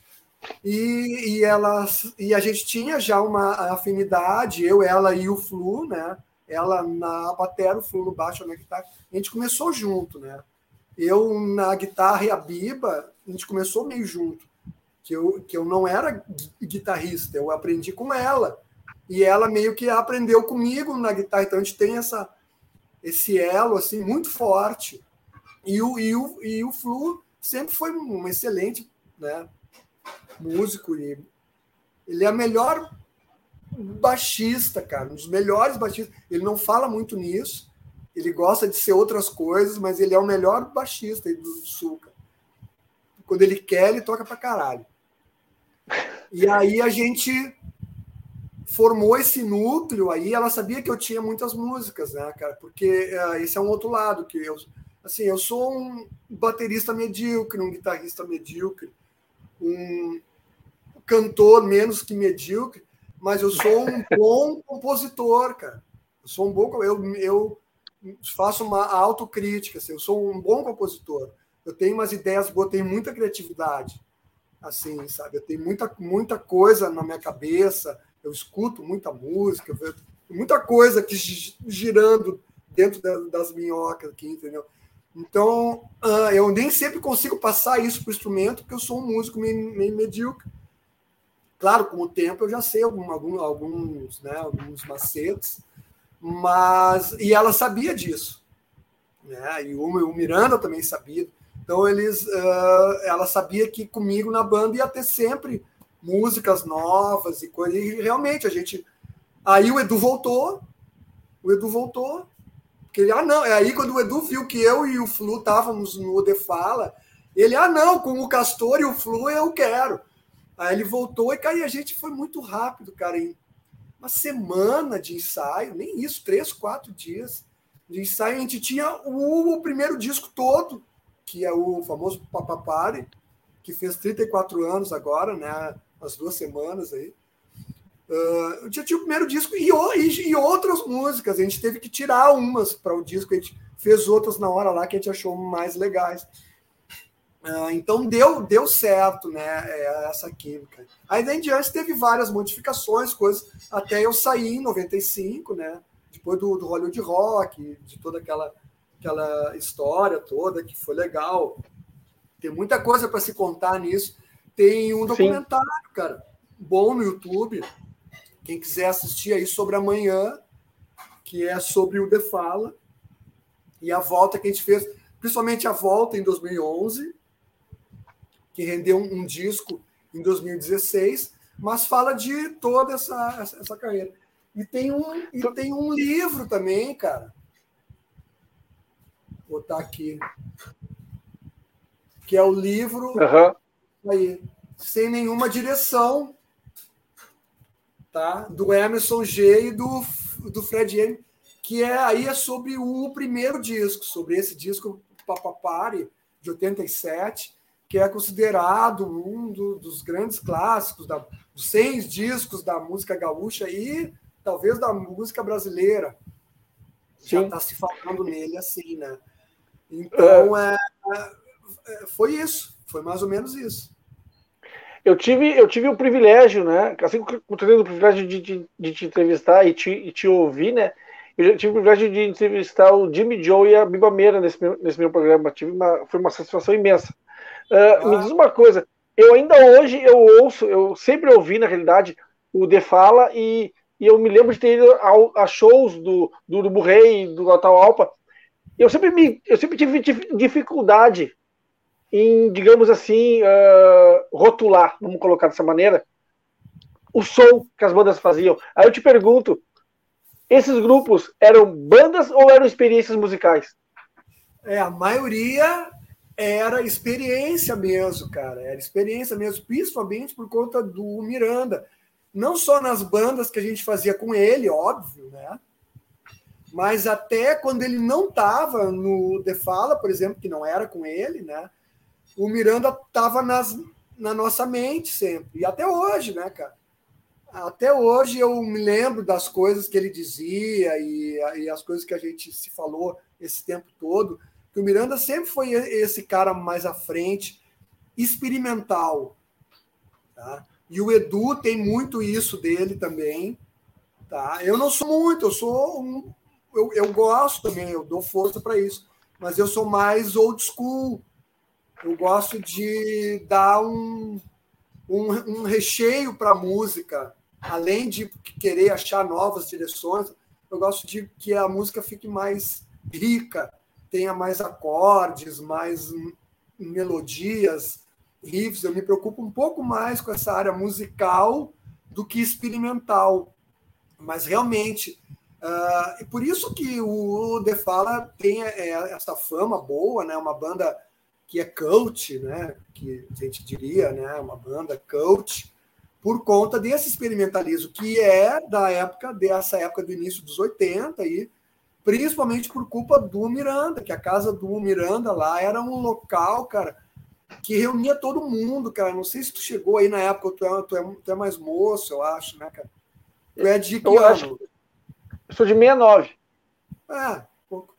E, e, ela, e a gente tinha já uma afinidade, eu, ela e o Flu, né? Ela na batera, o Flu no baixo, na guitarra. A gente começou junto, né? Eu na guitarra e a Biba, a gente começou meio junto. Que eu, que eu não era guitarrista, eu aprendi com ela. E ela meio que aprendeu comigo na guitarra. Então a gente tem essa, esse elo assim, muito forte. E o, e, o, e o Flu sempre foi um excelente, né, músico. E ele é o melhor baixista, cara, um dos melhores baixistas. Ele não fala muito nisso, ele gosta de ser outras coisas, mas ele é o melhor baixista aí do Sul, cara. Quando ele quer, ele toca pra caralho. E aí a gente formou esse núcleo aí, ela sabia que eu tinha muitas músicas, né, cara? Porque uh, esse é um outro lado, que eu, assim, eu sou um baterista medíocre, um guitarrista medíocre, um cantor menos que medíocre, mas eu sou um bom compositor, cara. Eu sou um bom, eu, eu faço uma autocrítica, assim, eu sou um bom compositor. Eu tenho umas ideias boas, tenho muita criatividade, assim, sabe? Eu tenho muita, muita coisa na minha cabeça, eu escuto muita música, muita coisa que girando dentro das minhocas aqui, entendeu? Então, eu nem sempre consigo passar isso para o instrumento, porque eu sou um músico meio, meio medíocre. Claro, com o tempo eu já sei algum, algum, alguns, né, alguns macetes, mas... E ela sabia disso, né? E o, o Miranda também sabia. Então, eles, uh, ela sabia que comigo na banda ia ter sempre músicas novas e coisas. E realmente, a gente... Aí o Edu voltou, o Edu voltou, porque ele, ah, não, é aí quando o Edu viu que eu e o Flu estávamos no The Fala, ele, ah, não, com o Castor e o Flu eu quero. Aí ele voltou e, cara, e a gente foi muito rápido, cara, em uma semana de ensaio, nem isso, três, quatro dias de ensaio, a gente tinha o, o primeiro disco todo, que é o famoso Papapari, que fez trinta e quatro anos agora, né, as duas semanas aí. Uh, já tinha o primeiro disco e, e, e outras músicas, a gente teve que tirar umas para o disco, a gente fez outras na hora lá que a gente achou mais legais. Uh, então deu, deu certo, né, essa química. Aí daí em diante teve várias modificações, coisas, até eu sair em noventa e cinco, né, depois do, do Hollywood Rock, de toda aquela, aquela história toda, que foi legal. Tem muita coisa para se contar nisso. Tem um documentário, Sim. cara, bom no YouTube, quem quiser assistir aí sobre amanhã, que é sobre o The Fala, e a volta que a gente fez, principalmente a volta em dois mil e onze, que rendeu um, um disco em dois mil e dezesseis, mas fala de toda essa, essa, essa carreira. E tem, um, e tem um livro também, cara. Vou botar aqui. Que é o livro uhum. aí, Sem Nenhuma Direção, tá? Do Emerson G e do, do Fred M, que é, aí é sobre o primeiro disco, sobre esse disco Papapari, de oitenta e sete, que é considerado um do, dos grandes clássicos, da, dos cem discos da música gaúcha e talvez da música brasileira. já está se falando nele assim, né? Então, é, é, foi isso. Foi mais ou menos isso. Eu tive, eu tive o privilégio, né? Assim como eu tenho o privilégio de, de, de te entrevistar e te, e te ouvir, né? Eu já tive o privilégio de entrevistar o Jimmy Joe e a Biba Meira nesse meu, nesse meu programa. Tive uma, foi uma satisfação imensa. Uh, ah. Me diz uma coisa, eu ainda hoje eu ouço, eu sempre ouvi, na realidade, o The Fala e, e eu me lembro de ter ido a, a shows do, do Urubu Rei, do Atahualpa. Eu sempre, me, eu sempre tive dificuldade em, digamos assim, uh, rotular, vamos colocar dessa maneira, o som que as bandas faziam. Aí eu te pergunto, esses grupos eram bandas ou eram experiências musicais? É, a maioria era experiência mesmo, cara. Era experiência mesmo, principalmente por conta do Miranda. Não só nas bandas que a gente fazia com ele, óbvio, né? Mas até quando ele não estava no The Fala, por exemplo, que não era com ele, né? O Miranda estava na nossa mente sempre. E até hoje, né, cara? Até hoje eu me lembro das coisas que ele dizia e, e as coisas que a gente se falou esse tempo todo. Que o Miranda sempre foi esse cara mais à frente, experimental. Tá? E o Edu tem muito isso dele também. Tá? Eu não sou muito, eu sou um, eu, eu gosto também, eu dou força para isso. Mas eu sou mais old school. Eu gosto de dar um, um, um recheio para a música, além de querer achar novas direções. Eu gosto de que a música fique mais rica, tenha mais acordes, mais melodias, riffs. Eu me preocupo um pouco mais com essa área musical do que experimental. Mas realmente, uh, e por isso que o The Fala tem essa fama boa, né? Uma banda que é cult, né? Que a gente diria, né? Uma banda cult, por conta desse experimentalismo, que é da época, dessa época do início dos oitenta, e principalmente por culpa do Miranda, que a casa do Miranda lá era um local, cara, que reunia todo mundo, cara. Não sei se tu chegou aí na época, tu é, tu é, tu é mais moço, eu acho, né, cara? Tu é de que eu ano? Acho, eu sou de sessenta e nove. É, pouco.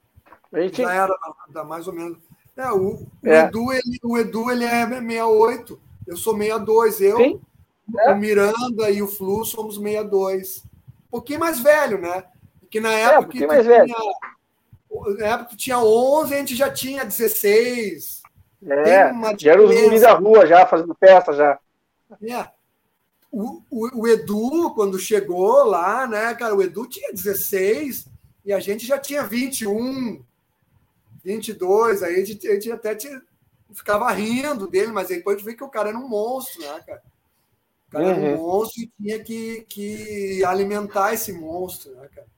A gente... Já era, era mais ou menos. É, o, o, é. Edu, ele, o Edu ele é sessenta e oito, eu sou sessenta e dois. Eu, Sim. É. O Miranda e o Flu somos sessenta e dois. Um pouquinho mais velho, né? Porque na época, é, um que, mais tinha, velho. na época que tinha onze, a gente já tinha dezesseis. É, já era os guris da rua já, fazendo festa já. É. O, o, o Edu, quando chegou lá, né, cara, o Edu tinha dezesseis e a gente já tinha vinte e um, vinte e dois, aí a gente, a gente até tinha, ficava rindo dele, mas aí depois vê que o cara era um monstro, né, cara? O cara uhum. era um monstro e tinha que, que alimentar esse monstro, né, cara?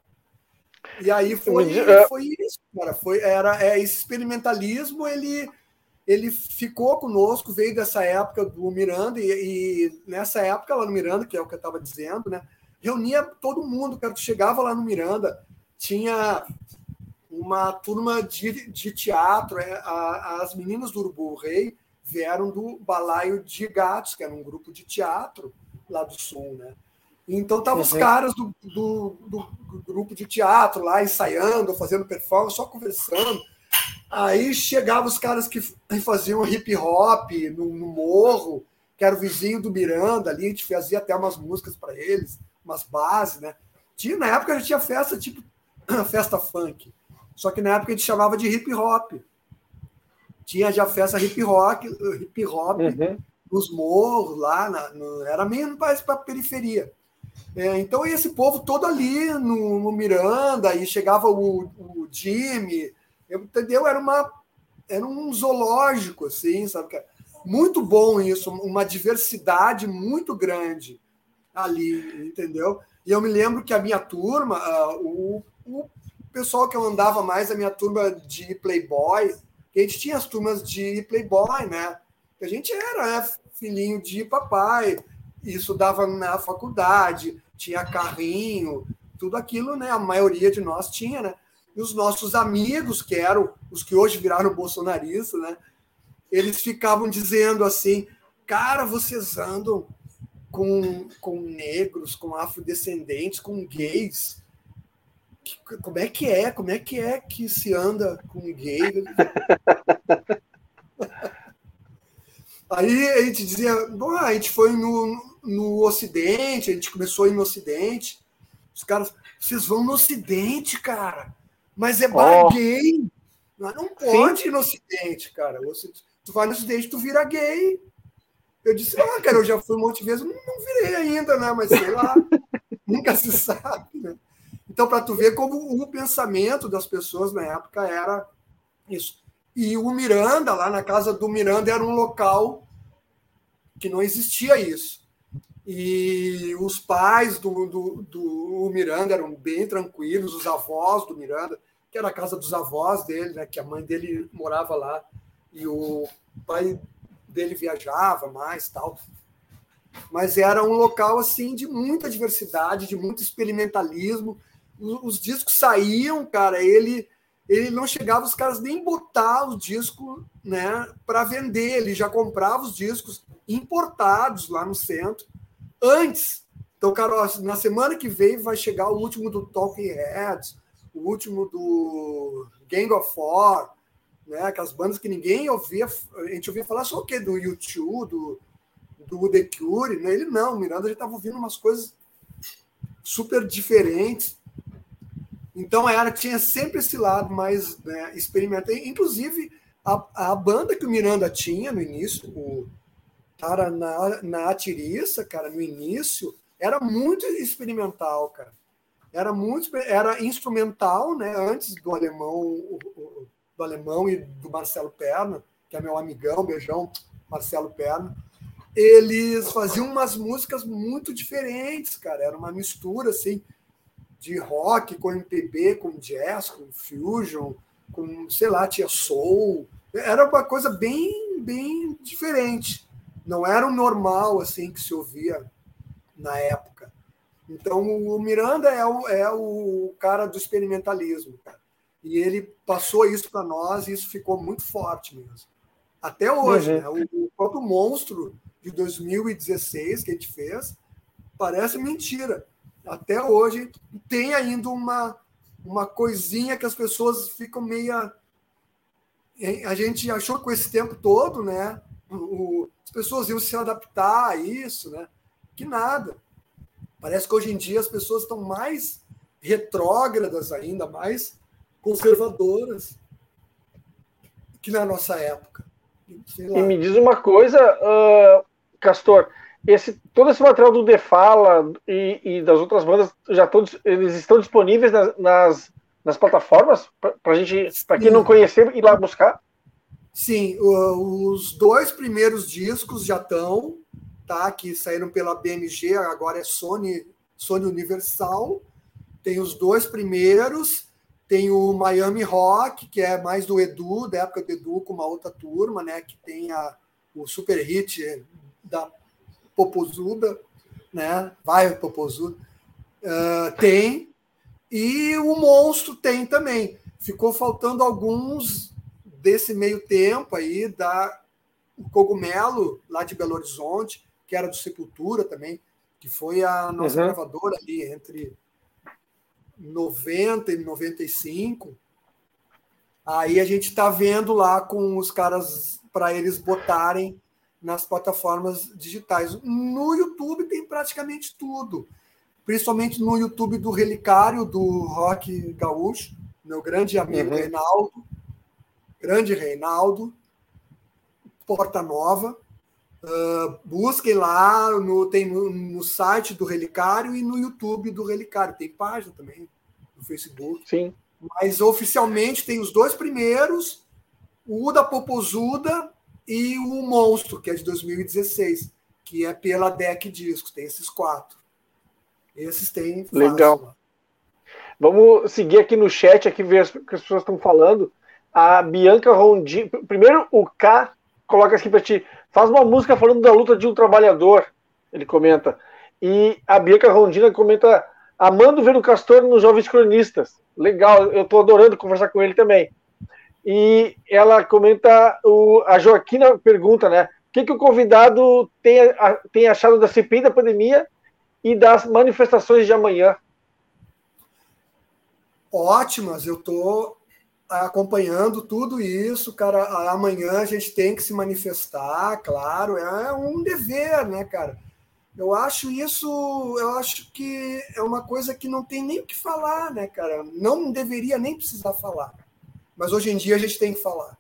E aí foi, foi isso, cara. Foi, era, é, esse experimentalismo, ele, ele ficou conosco, veio dessa época do Miranda, e, e nessa época lá no Miranda, que é o que eu estava dizendo, né? Reunia todo mundo, cara. Tu chegava lá no Miranda, tinha uma turma de, de teatro, é, a, as meninas do Urubu Rei vieram do Balaio de Gatos, que era um grupo de teatro lá do Sul, né? Então estavam uhum. os caras do, do, do, do grupo de teatro lá ensaiando, fazendo performance, só conversando. Aí chegavam os caras que faziam hip hop no, no morro, que era o vizinho do Miranda ali, a gente fazia até umas músicas para eles, umas bases, né? Tinha, na época já tinha festa tipo festa funk, só que na época a gente chamava de hip hop. Tinha já festa hip hop, hip hop uhum. nos morros lá, na, no, era meio para a periferia. É, então esse povo todo ali no, no Miranda, aí chegava o, o Jimmy, entendeu? Era, uma, era um zoológico, assim, sabe? Muito bom isso, uma diversidade muito grande ali, entendeu? E eu me lembro que a minha turma, uh, o, o pessoal que eu andava mais, a minha turma de Playboy, que a gente tinha as turmas de Playboy, né? Que a gente era né, filhinho de papai, estudava na faculdade, tinha carrinho, tudo aquilo, né? A maioria de nós tinha, né? E os nossos amigos, que eram os que hoje viraram bolsonaristas, né? Eles ficavam dizendo assim, cara, vocês andam com, com negros, com afrodescendentes, com gays. como é que é? Como é que é que se anda com gay? Aí a gente dizia, bom, a gente foi no, no Ocidente, a gente começou a ir no Ocidente. Os caras, vocês vão no Ocidente, cara, mas é bar Oh. gay. Mas não pode Sim. ir no Ocidente, cara. Tu vai no Ocidente, tu vira gay. Eu disse, ah, cara, eu já fui um monte de vezes, não, não virei ainda, né? Mas sei lá, nunca se sabe, né? Então, para tu ver como o pensamento das pessoas na época era isso. E o Miranda, lá na casa do Miranda, era um local que não existia isso. E os pais do, do, do Miranda eram bem tranquilos, os avós do Miranda, que era a casa dos avós dele, né, que a mãe dele morava lá, e o pai dele viajava mais, tal. Mas era um local assim de muita diversidade, de muito experimentalismo. Os discos saíam, cara, ele ele não chegava os caras nem botar o disco, né, para vender, ele já comprava os discos importados lá no centro antes. Então, cara, ó, na semana que vem vai chegar o último do Talking Heads, o último do Gang of Four, né, aquelas bandas que ninguém ouvia, a gente ouvia falar só o quê? Do U dois, do, do The Cure, né? Ele não, o Miranda já estava ouvindo umas coisas super diferentes. Então era, tinha sempre esse lado mais, né, experimental. Inclusive, a, a banda que o Miranda tinha no início, o cara na, na Atiriça, cara, no início, era muito experimental, cara. Era muito, era instrumental, né? Antes do alemão, o, o, do alemão e do Marcelo Perna, que é meu amigão, beijão, Marcelo Perna. Eles faziam umas músicas muito diferentes, cara. Era uma mistura, assim, de rock com M P B, com jazz, com fusion, com, sei lá, tinha soul. Era uma coisa bem, bem diferente. Não era o normal, assim, que se ouvia na época. Então, o Miranda é o, é o cara do experimentalismo, cara. E ele passou isso para nós e isso ficou muito forte mesmo. Até hoje, uhum. né? O, o próprio Monstro de dois mil e dezesseis que a gente fez parece mentira. Até hoje tem ainda uma, uma coisinha que as pessoas ficam meio... A gente achou que com esse tempo todo, né, o, as pessoas iam se adaptar a isso, né? Que nada. Parece que hoje em dia as pessoas estão mais retrógradas ainda, mais conservadoras que na nossa época. E me diz uma coisa, uh, Castor, esse, todo esse material do The Fala e, e das outras bandas, já todos, eles estão disponíveis nas, nas, nas plataformas para gente, para quem não conhecer, ir lá buscar? Sim, os dois primeiros discos já estão, tá? Que saíram pela B M G, agora é Sony, Sony Universal. Tem os dois primeiros, tem o Miami Rock, que é mais do Edu, da época do Edu, com uma outra turma, né? Que tem a, o super hit da Popozuda, né? Vai, Popozuda. Uh, tem. E o Monstro tem também. Ficou faltando alguns desse meio tempo aí, da o Cogumelo, lá de Belo Horizonte, que era do Sepultura também, que foi a nossa uhum. gravadora ali entre noventa e noventa e cinco. Aí a gente está vendo lá com os caras para eles botarem nas plataformas digitais. No YouTube tem praticamente tudo, principalmente no YouTube do Relicário, do Rock Gaúcho, meu grande amigo uhum. Reinaldo, grande Reinaldo, Porta Nova. Uh, busquem lá, no, tem no, no site do Relicário e no YouTube do Relicário. Tem página também no Facebook. Sim. Mas oficialmente tem os dois primeiros, o da Popozuda e o Monstro, que é de dois mil e dezesseis, que é pela D E C Discos. Tem esses quatro. Esses tem. Legal. Fácil. Vamos seguir aqui no chat, aqui ver o que as pessoas estão falando. A Bianca Rondini. Primeiro, o K coloca aqui para ti. Faz uma música falando da luta de um trabalhador. Ele comenta. E a Bianca Rondina comenta: amando ver o Castor nos Jovens Cronistas. Legal, eu estou adorando conversar com ele também. E ela comenta, o, a Joaquina pergunta, né? O que, que o convidado tem, a, tem achado da C P I da pandemia e das manifestações de amanhã? ótimas. Eu estou acompanhando tudo isso, cara. Amanhã a gente tem que se manifestar, claro, é um dever, né, cara? Eu acho isso, eu acho que é uma coisa que não tem nem o que falar, né, cara? Não deveria nem precisar falar. Mas hoje em dia a gente tem que falar.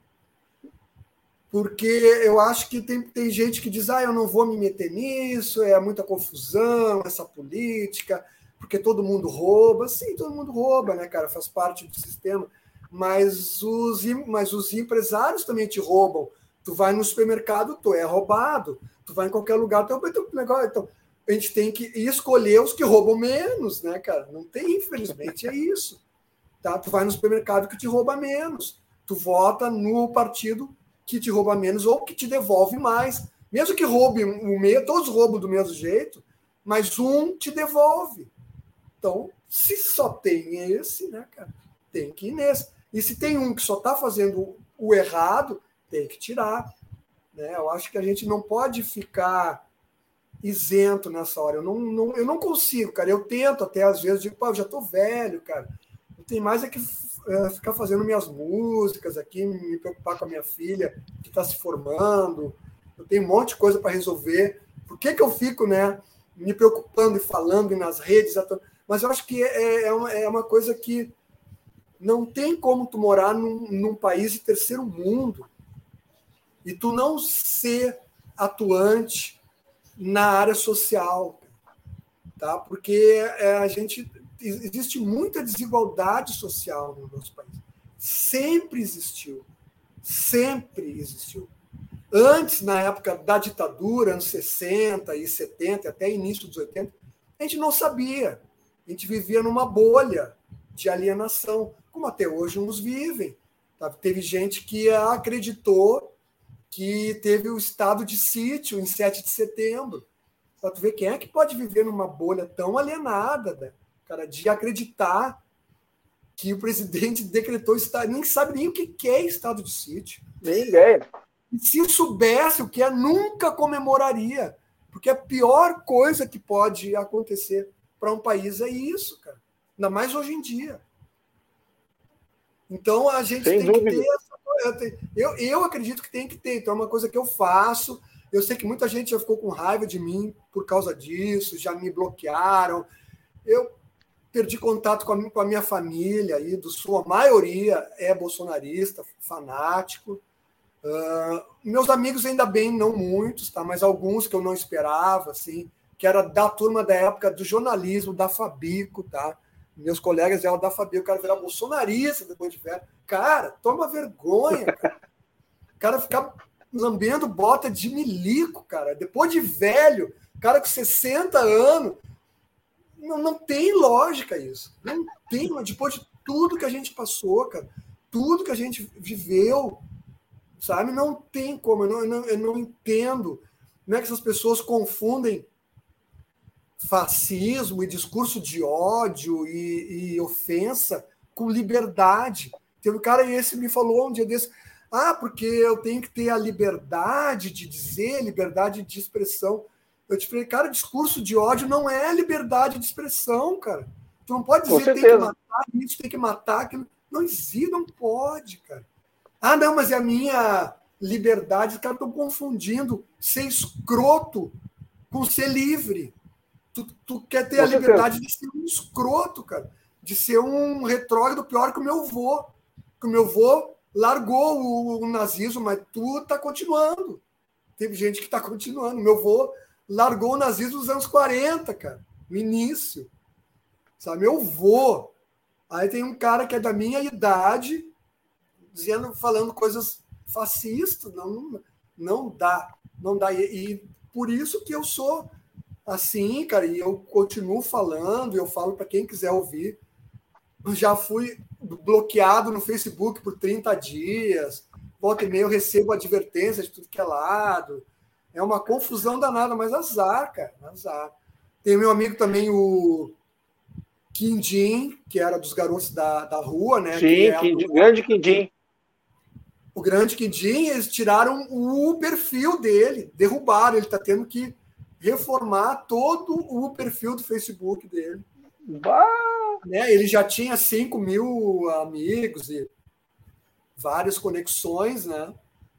Porque eu acho que tem, tem gente que diz, ah, eu não vou me meter nisso, é muita confusão, essa política, porque todo mundo rouba. Sim, todo mundo rouba, né, cara? Faz parte do sistema. Mas os, mas os empresários também te roubam. Tu vai no supermercado, tu é roubado. Tu vai em qualquer lugar, tu é um negócio. Então, a gente tem que escolher os que roubam menos, né, cara? Não tem, infelizmente, é isso. Tá? Tu vai no supermercado que te rouba menos. Tu vota no partido que te rouba menos ou que te devolve mais. Mesmo que roube o meio, todos roubam do mesmo jeito, mas um te devolve. Então, se só tem esse, né, cara, tem que ir nesse. E se tem um que só está fazendo o errado, tem que tirar. Né? Eu acho que a gente não pode ficar isento nessa hora. Eu não, não, eu não consigo, cara. Eu tento até, às vezes, digo, pô, eu já estou velho, cara. Não tem mais é que é, ficar fazendo minhas músicas aqui, me preocupar com a minha filha, que está se formando. Eu tenho um monte de coisa para resolver. Por que, que eu fico, né, me preocupando e falando nas redes? Mas eu acho que é, é, uma, é uma coisa que não tem como tu morar num, num país de terceiro mundo e tu não ser atuante na área social, tá? Porque a gente existe muita desigualdade social no nosso país. Sempre existiu, sempre existiu. Antes, na época da ditadura, anos sessenta e setenta, até início dos oitenta, a gente não sabia. A gente vivia numa bolha de alienação, como até hoje uns vivem. Tá? Teve gente que acreditou que teve o estado de sítio em sete de setembro. Para tu ver quem é que pode viver numa bolha tão alienada, né? Cara, de acreditar que o presidente decretou estado, nem sabe nem o que é estado de sítio. Nem ideia. E se soubesse o que é, nunca comemoraria. Porque a pior coisa que pode acontecer para um país é isso, cara. Ainda mais hoje em dia. Então a gente Sem tem dúvida. que ter essa. Eu, eu acredito que tem que ter. Então é uma coisa que eu faço. Eu sei que muita gente já ficou com raiva de mim por causa disso, já me bloquearam. Eu perdi contato com a, com a minha família aí do Sul, a maioria é bolsonarista, fanático. Uh, meus amigos ainda bem, não muitos, tá? Mas alguns que eu não esperava, assim, que era da turma da época do jornalismo, da Fabico, tá? Meus colegas eram da Fabico, o cara virar bolsonarista depois de velho. Cara, toma vergonha, cara. O cara ficar lambendo bota de milico, cara. Depois de velho, cara com sessenta anos. Não, não tem lógica isso. Não tem, depois de tudo que a gente passou, cara. Tudo que a gente viveu, sabe? Não tem como. Eu não, eu não, eu não entendo como é que essas pessoas confundem fascismo e discurso de ódio e, e ofensa com liberdade. Teve um cara esse me falou um dia desse, ah, porque eu tenho que ter a liberdade de dizer, liberdade de expressão. Eu te falei, cara, discurso de ódio não é liberdade de expressão, cara. Tu não pode dizer tem que matar isso, tem que matar aquilo. Não existe, não pode, cara. Ah, não, mas é a minha liberdade. Os caras estão confundindo ser escroto com ser livre. Tu, tu quer ter Com a liberdade certeza. de ser um escroto, cara. De ser um retrógrado pior que o meu vô. Que o meu vô largou o, o nazismo, mas tu tá continuando. Teve gente que tá continuando. Meu vô largou o nazismo nos anos quarenta, cara. No início. Sabe? Meu vô. Aí tem um cara que é da minha idade dizendo, falando coisas fascistas. Não, não, não dá. Não dá. E, e por isso que eu sou assim, cara, e eu continuo falando, eu falo para quem quiser ouvir. Eu já fui bloqueado no Facebook por trinta dias. Volta e meia eu recebo advertência de tudo que é lado. É uma confusão danada, mas azar, cara, azar. Tem meu amigo também, o Quindim, que era dos garotos da, da rua, né? Sim, que é Quindim, do... grande Quindim. O grande Quindim, eles tiraram o perfil dele, derrubaram, ele está tendo que reformar todo o perfil do Facebook dele. Bah! né? Ele já tinha cinco mil amigos e várias conexões, né?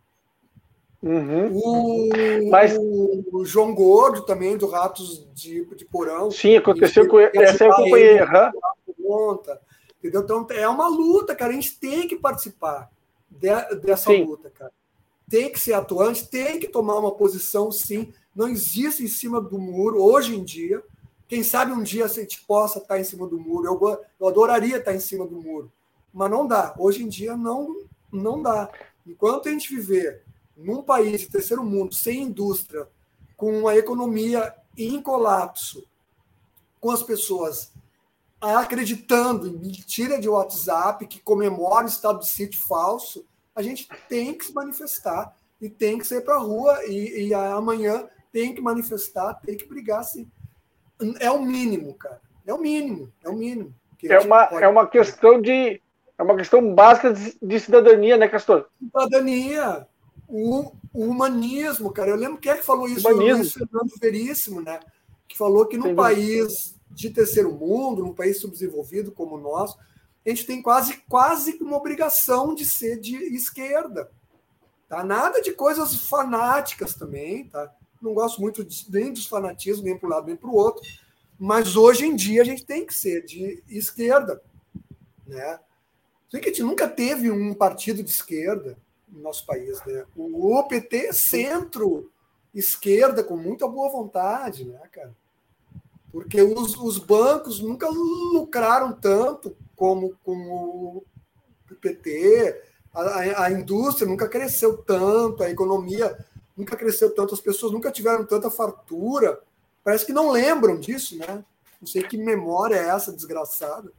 Uhum. O, Mas, o João Gordo também, do Ratos de, de Porão. sim, aconteceu com ele. Essa eu acompanhei. Uhum. Conta, entendeu? Então é uma luta, cara. A gente tem que participar de, dessa sim. luta, cara. Tem que ser atuante, tem que tomar uma posição, sim. Não existe em cima do muro, hoje em dia. Quem sabe um dia a gente possa estar em cima do muro. Eu, eu adoraria estar em cima do muro. Mas não dá. Hoje em dia não, não dá. Enquanto a gente viver num país de terceiro mundo, sem indústria, com uma economia em colapso, com as pessoas acreditando em mentira de WhatsApp, que comemora o estado de sítio falso, a gente tem que se manifestar e tem que sair para a rua e, e amanhã tem que manifestar, tem que brigar, sim. É o mínimo, cara. É o mínimo, é o mínimo. É uma, pode... é uma questão de... É uma questão básica de, de cidadania, né, Castor? Cidadania. O, o humanismo, cara. Eu lembro quem é que falou isso, humanismo. o Luiz Fernando Veríssimo, né? Que falou que num país de terceiro mundo, num país subdesenvolvido como o nosso, a gente tem quase, quase uma obrigação de ser de esquerda. Tá? Nada de coisas fanáticas também, tá? Não gosto muito de, nem dos fanatismos, nem para um lado nem para o outro, mas hoje em dia a gente tem que ser de esquerda, né? A gente nunca teve um partido de esquerda no nosso país, né? O P T é centro-esquerda com muita boa vontade, né, cara? Porque os, os bancos nunca lucraram tanto como, como o P T, a, a indústria nunca cresceu tanto, a economia nunca cresceu tanto, as pessoas nunca tiveram tanta fartura. Parece que não lembram disso, né? Não sei que memória é essa desgraçada.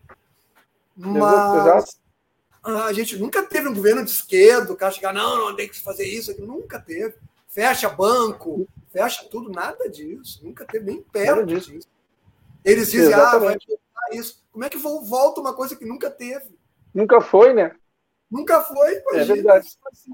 Mas a gente nunca teve um governo de esquerda, o cara chegar, não, não, tem que fazer isso, aqui. Nunca teve. Fecha banco, fecha tudo, nada disso. Nunca teve nem perto disso. disso. Eles dizem, exatamente. Ah, vai voltar isso. Como é que volta uma coisa que nunca teve? Nunca foi, né? Nunca foi, imagina. É verdade.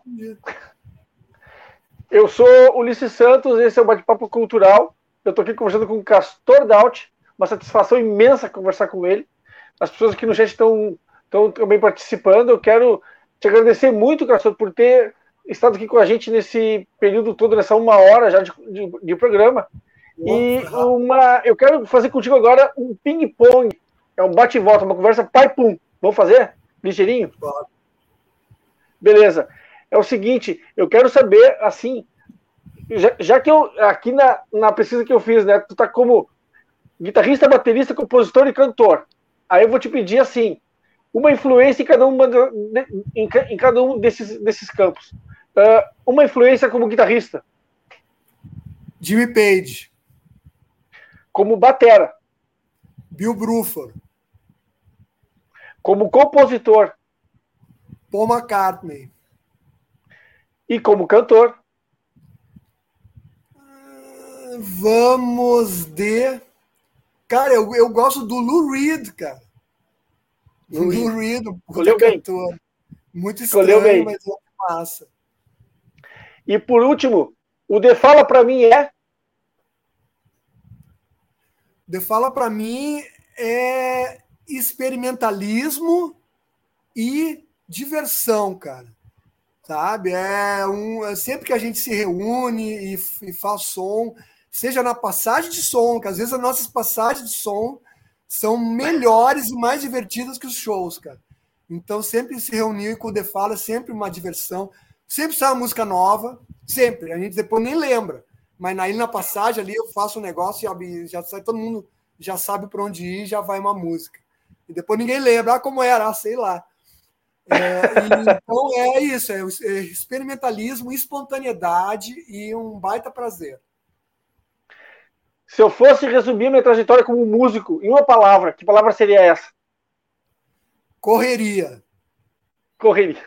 Eu sou Ulisses Santos, esse é o Bate-Papo Cultural. Eu estou aqui conversando com o Castor Daut, uma satisfação imensa conversar com ele. As pessoas aqui no chat estão estão também participando. Eu quero te agradecer muito, Castor, por ter estado aqui com a gente nesse período todo, nessa uma hora já de, de, de programa. E uma, eu quero fazer contigo agora um ping-pong. É um bate e volta, uma conversa pai-pum. Vamos fazer? Ligeirinho? Claro. Beleza. É o seguinte, eu quero saber, assim, já, já que eu, aqui na, na pesquisa que eu fiz, né, tu tá como guitarrista, baterista, compositor e cantor. Aí eu vou te pedir, assim, uma influência em cada, uma, em, em cada um desses, desses campos. Uh, uma influência como guitarrista. Jimmy Page. Como batera. Bill Bruford. Como compositor. Paul McCartney. E como cantor. Vamos de... Cara, eu, eu gosto do Lou Reed, cara. Lou, Lou Reed, muito cantor. Muito estranho, bem. Mas é massa. E por último, o The Fala Pra Mim é... The Fala Pra Mim é experimentalismo e diversão, cara. Sabe? É um, é sempre que a gente se reúne e, e faz som, seja na passagem de som, que às vezes as nossas passagens de som são melhores e mais divertidas que os shows, cara. Então, sempre se reunir com o The Fala é sempre uma diversão. Sempre sai uma música nova, sempre. A gente depois nem lembra. Mas aí na passagem ali eu faço um negócio e já, já sai, todo mundo já sabe para onde ir, já vai uma música. E depois ninguém lembra, ah, como era, ah, sei lá. É, então é isso, é experimentalismo, espontaneidade e um baita prazer. Se eu fosse resumir minha trajetória como músico em uma palavra, que palavra seria essa? Correria. Correria.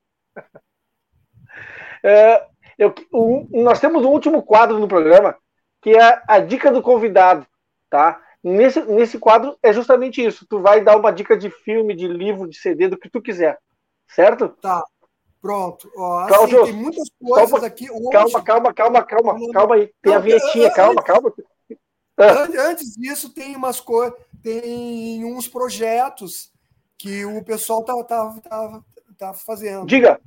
É, eu, um, nós temos um último quadro no programa, que é a dica do convidado, tá? Nesse, nesse quadro é justamente isso. Tu vai dar uma dica de filme, de livro, de C D, do que tu quiser. Certo? Tá. Pronto. Ó, assim, Cláudio, tem muitas coisas calma, aqui hoje. Calma, calma, calma, calma, calma aí. Tem não, a vinhetinha, eu, calma, eu, calma. Antes disso, tem umas coisas, tem uns projetos que o pessoal tá, tá, tá, tá fazendo. Diga.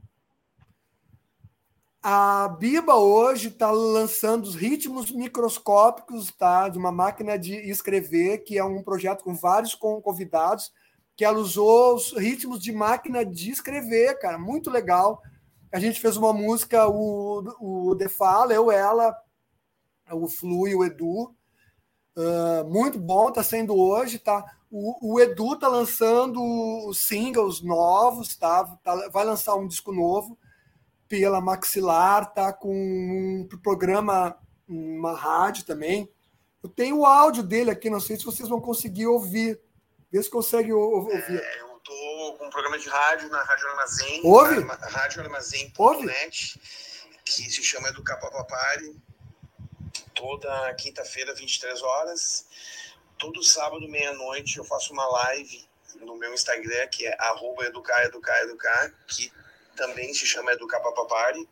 A Biba hoje está lançando os ritmos microscópicos, tá, de uma máquina de escrever, que é um projeto com vários convidados, que ela usou os ritmos de máquina de escrever, cara, muito legal. A gente fez uma música, o, o The Fala, eu, ela, o Flu e o Edu. Uh, muito bom, tá saindo hoje, tá? O, o Edu tá lançando singles novos, tá? tá? Vai lançar um disco novo pela Maxilar, tá? Com um programa, uma rádio também. Eu tenho o áudio dele aqui, não sei se vocês vão conseguir ouvir. Vê se consegue ouvir. É, eu tô com um programa de rádio na Rádio Armazém. Ouve? rádio armazém ponto net, que se chama Educar Papapari. Toda quinta-feira, vinte e três horas. Todo sábado, meia-noite, eu faço uma live no meu Instagram, que é arroba educar, educar, educar, que também se chama Educar Papapari.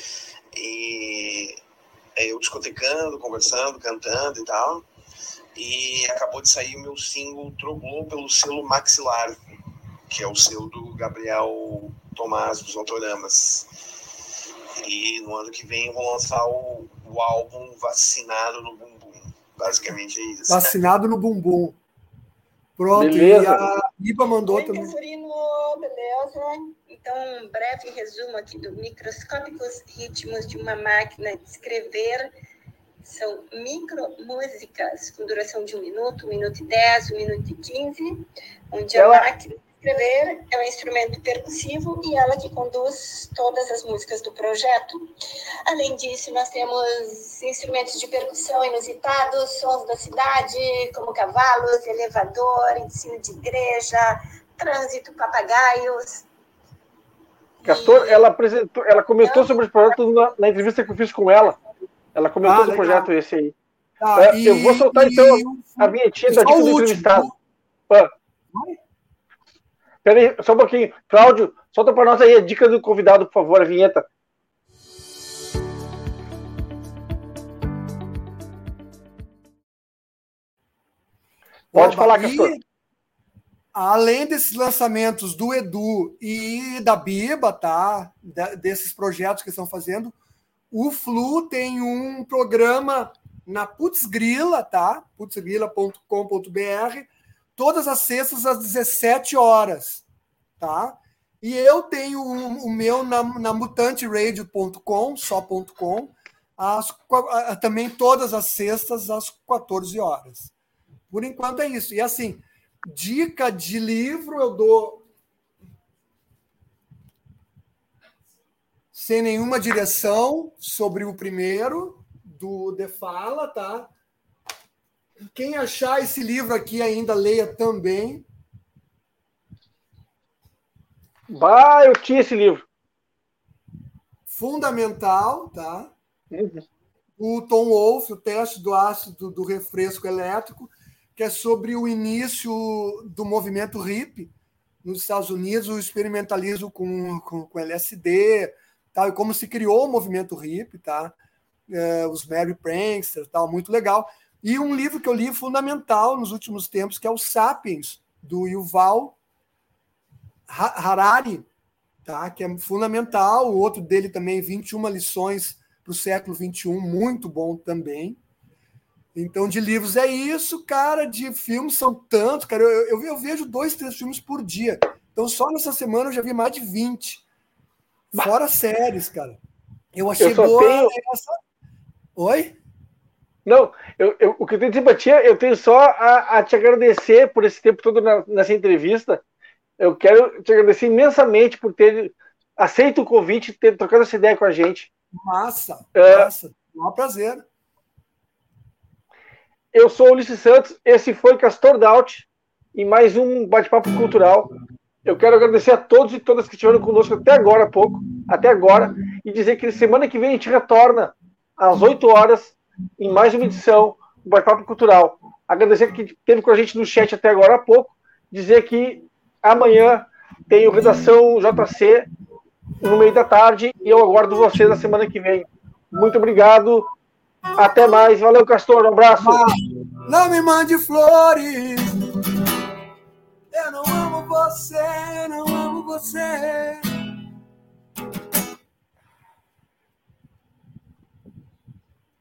E é eu discotecando, conversando, cantando e tal. E acabou de sair o meu single Troglou pelo selo Maxilar, que é o selo do Gabriel Tomás dos Autoramas. E no ano que vem eu vou lançar o, o álbum Vacinado no Bumbum. Basicamente é isso. Vacinado no Bumbum. Pronto, beleza. E a Iba mandou Oi, também. Tesorino, beleza? Então, um breve resumo aqui do Microscópicos Ritmos de uma Máquina de Escrever. São micromúsicas com duração de um minuto, um minuto e dez, um minuto e quinze, onde a ela... máquina de escrever é um instrumento percussivo e ela que conduz todas as músicas do projeto. Além disso, nós temos instrumentos de percussão inusitados, sons da cidade, como cavalos, elevador, ensino de igreja, trânsito, papagaios. Castor, e... ela apresentou, ela comentou sobre os projetos na, na entrevista que eu fiz com ela. Ela comentou ah, do projeto esse aí. Ah, é, e, eu vou soltar, e, então, e, a vinhetinha da dica do entrevistado. Ah. Peraí, só um pouquinho. Cláudio, solta para nós aí a dica do convidado, por favor, a vinheta. Pode Oba, falar, Castor. Além desses lançamentos do Edu e da Biba, tá? Desses projetos que estão fazendo, o Flu tem um programa na Putzgrila, tá? putzgrila ponto com ponto b r, todas as sextas às dezessete horas, tá? E eu tenho o, o meu na, na mutante radio ponto com, só ponto com, às, também todas as sextas às quatorze horas. Por enquanto é isso. E assim, dica de livro eu dou sem nenhuma direção sobre o primeiro, do The Fala, tá? Quem achar esse livro aqui ainda, leia também. Bah, eu tinha esse livro. Fundamental, tá? Uhum. O Tom Wolfe, o teste do ácido do refresco elétrico, que é sobre o início do movimento hippie nos Estados Unidos, o experimentalismo com, com, com L S D, tal, e como se criou o movimento hippie, tá? É, os Merry Pranksters, tal, muito legal. E um livro que eu li fundamental nos últimos tempos, que é o Sapiens, do Yuval Harari, tá? Que é fundamental. O outro dele também, vinte e uma lições para o século vinte e um, muito bom também. Então, de livros é isso, cara. De filmes são tantos, cara. Eu, eu, eu vejo dois, três filmes por dia. Então, só nessa semana eu já vi mais de vinte. Fora séries, cara. Eu achei eu só boa tenho... essa... Oi? Não, eu, eu, o que eu tenho de simpatia, eu tenho só a, a te agradecer por esse tempo todo na, nessa entrevista. Eu quero te agradecer imensamente por ter aceito o convite e ter trocado essa ideia com a gente. Massa, é, massa. É um prazer. Eu sou o Ulisses Santos, esse foi Castor Daut e mais um bate-papo cultural. Eu quero agradecer a todos e todas que estiveram conosco até agora há pouco, até agora, e dizer que semana que vem a gente retorna às oito horas em mais uma edição do Bate-Papo Cultural. Agradecer que esteve com a gente no chat até agora há pouco, dizer que amanhã tem o Redação J C no meio da tarde e eu aguardo vocês na semana que vem. Muito obrigado, até mais, valeu Castor, um abraço. não me mande flores. Eu não amo você, não amo você.